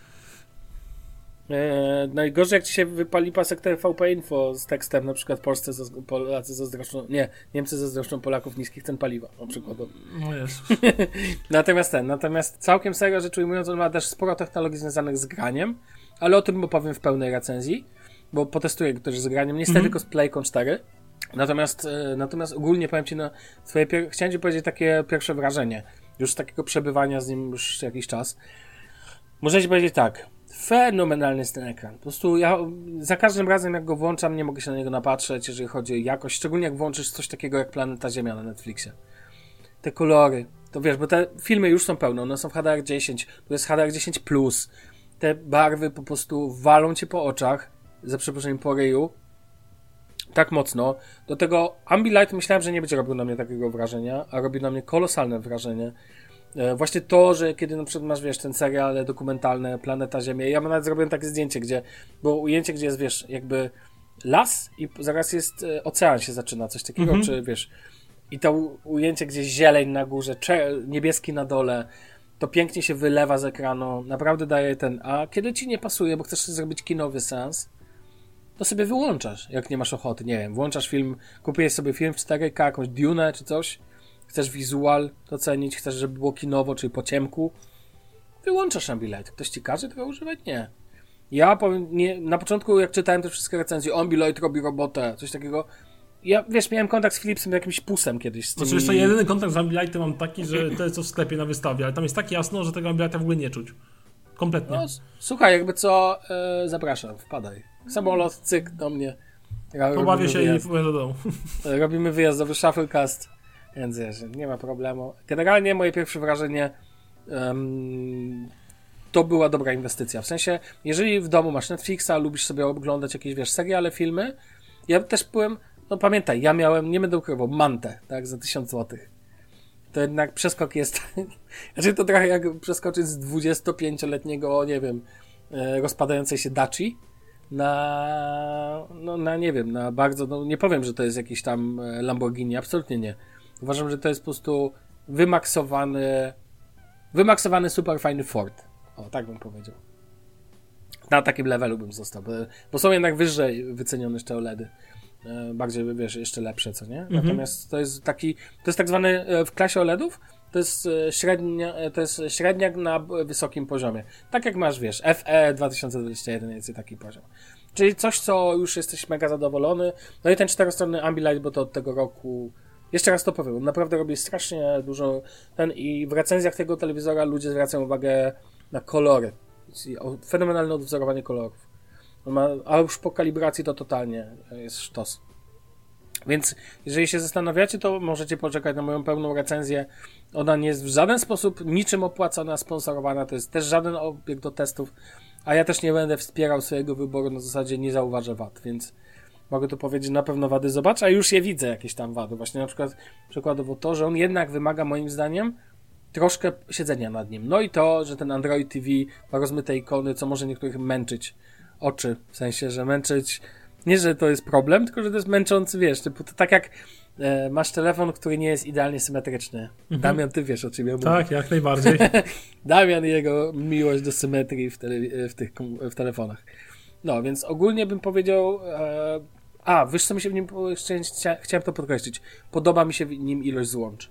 E, najgorzej jak ci się wypali pasek T V P Info z tekstem, na przykład Polsce zaz- Polacy zazdroszczą, nie, Niemcy zazdroszczą Polaków niskich cen paliwa, na przykład. No jest. Natomiast ten, natomiast całkiem serio rzecz ujmując, on ma też sporo technologii związanych z graniem, ale o tym opowiem w pełnej recenzji, bo potestuję go też z graniem, niestety Mhm. tylko z Playcon cztery. Natomiast, e, natomiast ogólnie powiem ci, no, swoje pier- chciałem ci powiedzieć takie pierwsze wrażenie, już z takiego przebywania z nim już jakiś czas. Muszę ci powiedzieć tak, fenomenalny jest ten ekran. Po prostu ja za każdym razem jak go włączam, nie mogę się na niego napatrzeć, jeżeli chodzi o jakość, szczególnie jak włączysz coś takiego jak Planeta Ziemia na Netflixie. Te kolory, to wiesz, bo te filmy już są pełne, one są w H D R dziesięć, to jest H D R dziesięć plus. Te barwy po prostu walą cię po oczach, za przeproszeniem po ryju, tak mocno. Do tego Ambilight myślałem, że nie będzie robił na mnie takiego wrażenia, a robi na mnie kolosalne wrażenie. E, Właśnie to, że kiedy na przykład masz, wiesz, ten serial dokumentalny Planeta Ziemia, ja mam nawet zrobiłem takie zdjęcie, gdzie było ujęcie, gdzie jest, wiesz, jakby las i zaraz jest e, ocean się zaczyna, coś takiego, Mhm. czy wiesz, i to u- ujęcie, gdzie jest zieleń na górze, cze- niebieski na dole, to pięknie się wylewa z ekranu, naprawdę daje ten, a kiedy ci nie pasuje, bo chcesz zrobić kinowy seans, to sobie wyłączasz, jak nie masz ochoty, nie wiem, włączasz film, kupiłeś sobie film w cztery K, jakąś Dune czy coś, chcesz wizual docenić, chcesz, żeby było kinowo, czyli po ciemku, wyłączasz Ambilight. Ktoś ci każe tego używać? Nie. Ja powiem, nie, na początku jak czytałem te wszystkie recenzje, Ambilight robi robotę, coś takiego, ja, wiesz, miałem kontakt z Philipsem, jakimś pusem kiedyś z tymi... Znaczy, to jedyny kontakt z Ambilightem mam taki, że to jest co w sklepie na wystawie, ale tam jest tak jasno, że tego Ambilighta w ogóle nie czuć. Kompletnie. No, s- słuchaj, jakby co, e, zapraszam, wpadaj. Samolot, cyk, do mnie. Ja, Pobawię robimy się i wyjazd. powiem do domu. Robimy wyjazdowy shufflecast, więc wiesz, nie ma problemu. Generalnie moje pierwsze wrażenie um, to była dobra inwestycja. W sensie, jeżeli w domu masz Netflixa, lubisz sobie oglądać jakieś, wiesz, seriale, filmy, ja też byłem, no pamiętaj, ja miałem, nie będę ukrywał, Mantę, tak, za tysiąc złotych. To jednak przeskok jest, znaczy to trochę jak przeskoczyć z dwudziestopięcioletniego, nie wiem, e, rozpadającej się Daci na, no na nie wiem, na bardzo, no nie powiem, że to jest jakiś tam e, Lamborghini, absolutnie nie. Uważam, że to jest po prostu wymaksowany, wymaksowany super fajny Ford. O, tak bym powiedział. Na takim levelu bym został, bo, bo są jednak wyżej wycenione jeszcze O L E D y. E, bardziej, wiesz, jeszcze lepsze, co nie? Mhm. Natomiast to jest taki, to jest tak zwany, e, w klasie O L E D ów, to jest e, średnia, e, to jest średniak na b- wysokim poziomie. Tak jak masz, wiesz, F E dwa tysiące dwudziesty jeden jest taki poziom. Czyli coś, co już jesteś mega zadowolony. No i ten czterostronny Ambilight, bo to od tego roku, jeszcze raz to powiem, on naprawdę robi strasznie dużo ten i w recenzjach tego telewizora ludzie zwracają uwagę na kolory. Czyli o- Fenomenalne odwzorowanie kolorów. On ma, a już po kalibracji to totalnie jest sztos. Więc jeżeli się zastanawiacie, to możecie poczekać na moją pełną recenzję. Ona nie jest w żaden sposób niczym opłacona, sponsorowana, to jest też żaden obiekt do testów, a ja też nie będę wspierał swojego wyboru na zasadzie nie zauważę wad, więc mogę tu powiedzieć, na pewno wady zobaczę, a już je widzę, jakieś tam wady. Właśnie na przykład przykładowo to, że on jednak wymaga moim zdaniem troszkę siedzenia nad nim. No i to, że ten Android T V ma rozmyte ikony, co może niektórych męczyć oczy, w sensie, że męczyć, nie, że to jest problem, tylko, że to jest męczący, wiesz, typu, to tak jak e, masz telefon, który nie jest idealnie symetryczny. Mhm. Damian, ty wiesz, o czym ja mówię. Tak, jak najbardziej. Damian i jego miłość do symetrii w, tele, w tych w telefonach. No, więc ogólnie bym powiedział, e, a, wiesz co mi się w nim, chcia, chciałem to podkreślić, podoba mi się w nim ilość złącz.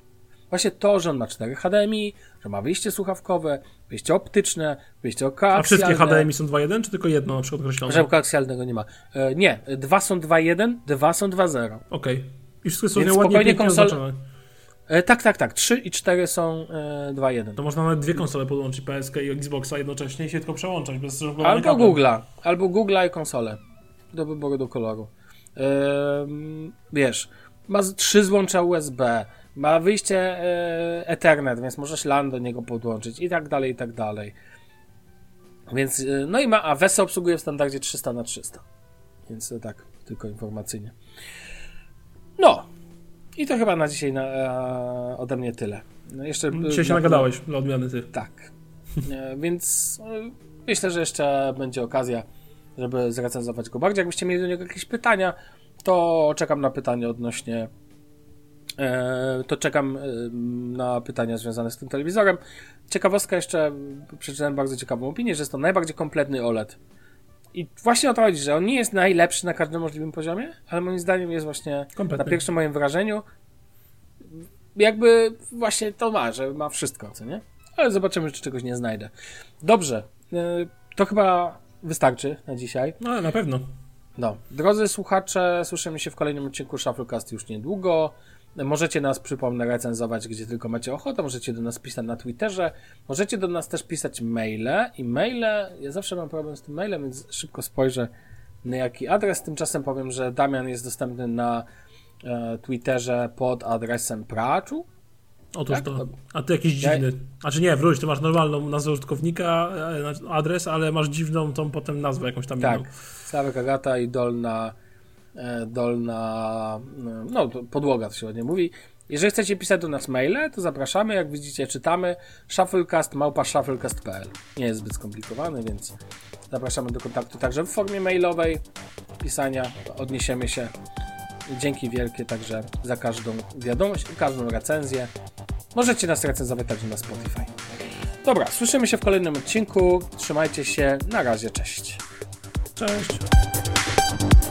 Właśnie to, że on ma cztery H D M I, że ma wyjście słuchawkowe, wyjście optyczne, wyjście koaksjalne. A wszystkie H D M I są dwa jeden, czy tylko jedno na przykład określone? Że koaksjalnego nie ma. E, nie, dwa są dwa jeden, dwa są dwa zero. Okej. Okay. I wszystko są Więc ładnie pięknie konsol... oznaczone. E, tak, tak, tak. trzy i cztery są e, dwa jeden. To można nawet dwie konsole podłączyć, P S K i Xboxa jednocześnie i się tylko przełączać bez Albo Google'a, albo Google'a i konsolę. Do wyboru, do koloru. E, wiesz, ma trzy złącza U S B, ma wyjście e, Ethernet, więc możesz LAN do niego podłączyć i tak dalej, i tak dalej. Więc, e, no i ma, a W E S obsługuje w standardzie trzysta na trzysta. Więc e, tak, tylko informacyjnie. No. I to chyba na dzisiaj na, e, ode mnie tyle. No jeszcze, dzisiaj się na, nagadałeś dla odmiany ty. Tak. E, więc e, myślę, że jeszcze będzie okazja, żeby zrecenzować go bardziej. Jakbyście mieli do niego jakieś pytania, to czekam na pytania odnośnie e, to czekam e, na pytania związane z tym telewizorem. Ciekawostka jeszcze, przeczytałem bardzo ciekawą opinię, że jest to najbardziej kompletny O L E D. I właśnie o to chodzi, że on nie jest najlepszy na każdym możliwym poziomie, ale moim zdaniem jest właśnie kompletny. Na pierwszym moim wrażeniu jakby właśnie to ma, że ma wszystko, co nie? Ale zobaczymy, czy czegoś nie znajdę. Dobrze, to chyba wystarczy na dzisiaj. No, na pewno. No, drodzy słuchacze, słyszymy się w kolejnym odcinku Shufflecast już niedługo. Możecie nas, przypomnę, recenzować, gdzie tylko macie ochotę. Możecie do nas pisać na Twitterze. Możecie do nas też pisać maile. I maile, ja zawsze mam problem z tym mailem, więc szybko spojrzę, na jaki adres. Tymczasem powiem, że Damian jest dostępny na e, Twitterze pod adresem Praczu. Otóż tak? to. A ty jakiś dziwny. Ja... Znaczy nie, wróć, ty masz normalną nazwę użytkownika, adres, ale masz dziwną tą potem nazwę jakąś tam tak. inną. Sławek Agata i dolna dolna, no podłoga to się ładnie mówi. Jeżeli chcecie pisać do nas maile, to zapraszamy, jak widzicie czytamy shufflecast małpa shufflecast kropka p l. Nie jest zbyt skomplikowany, więc zapraszamy do kontaktu także w formie mailowej pisania, odniesiemy się. Dzięki wielkie także za każdą wiadomość i każdą recenzję. Możecie nas recenzować także na Spotify. Dobra, słyszymy się w kolejnym odcinku. Trzymajcie się, na razie, cześć. Cześć.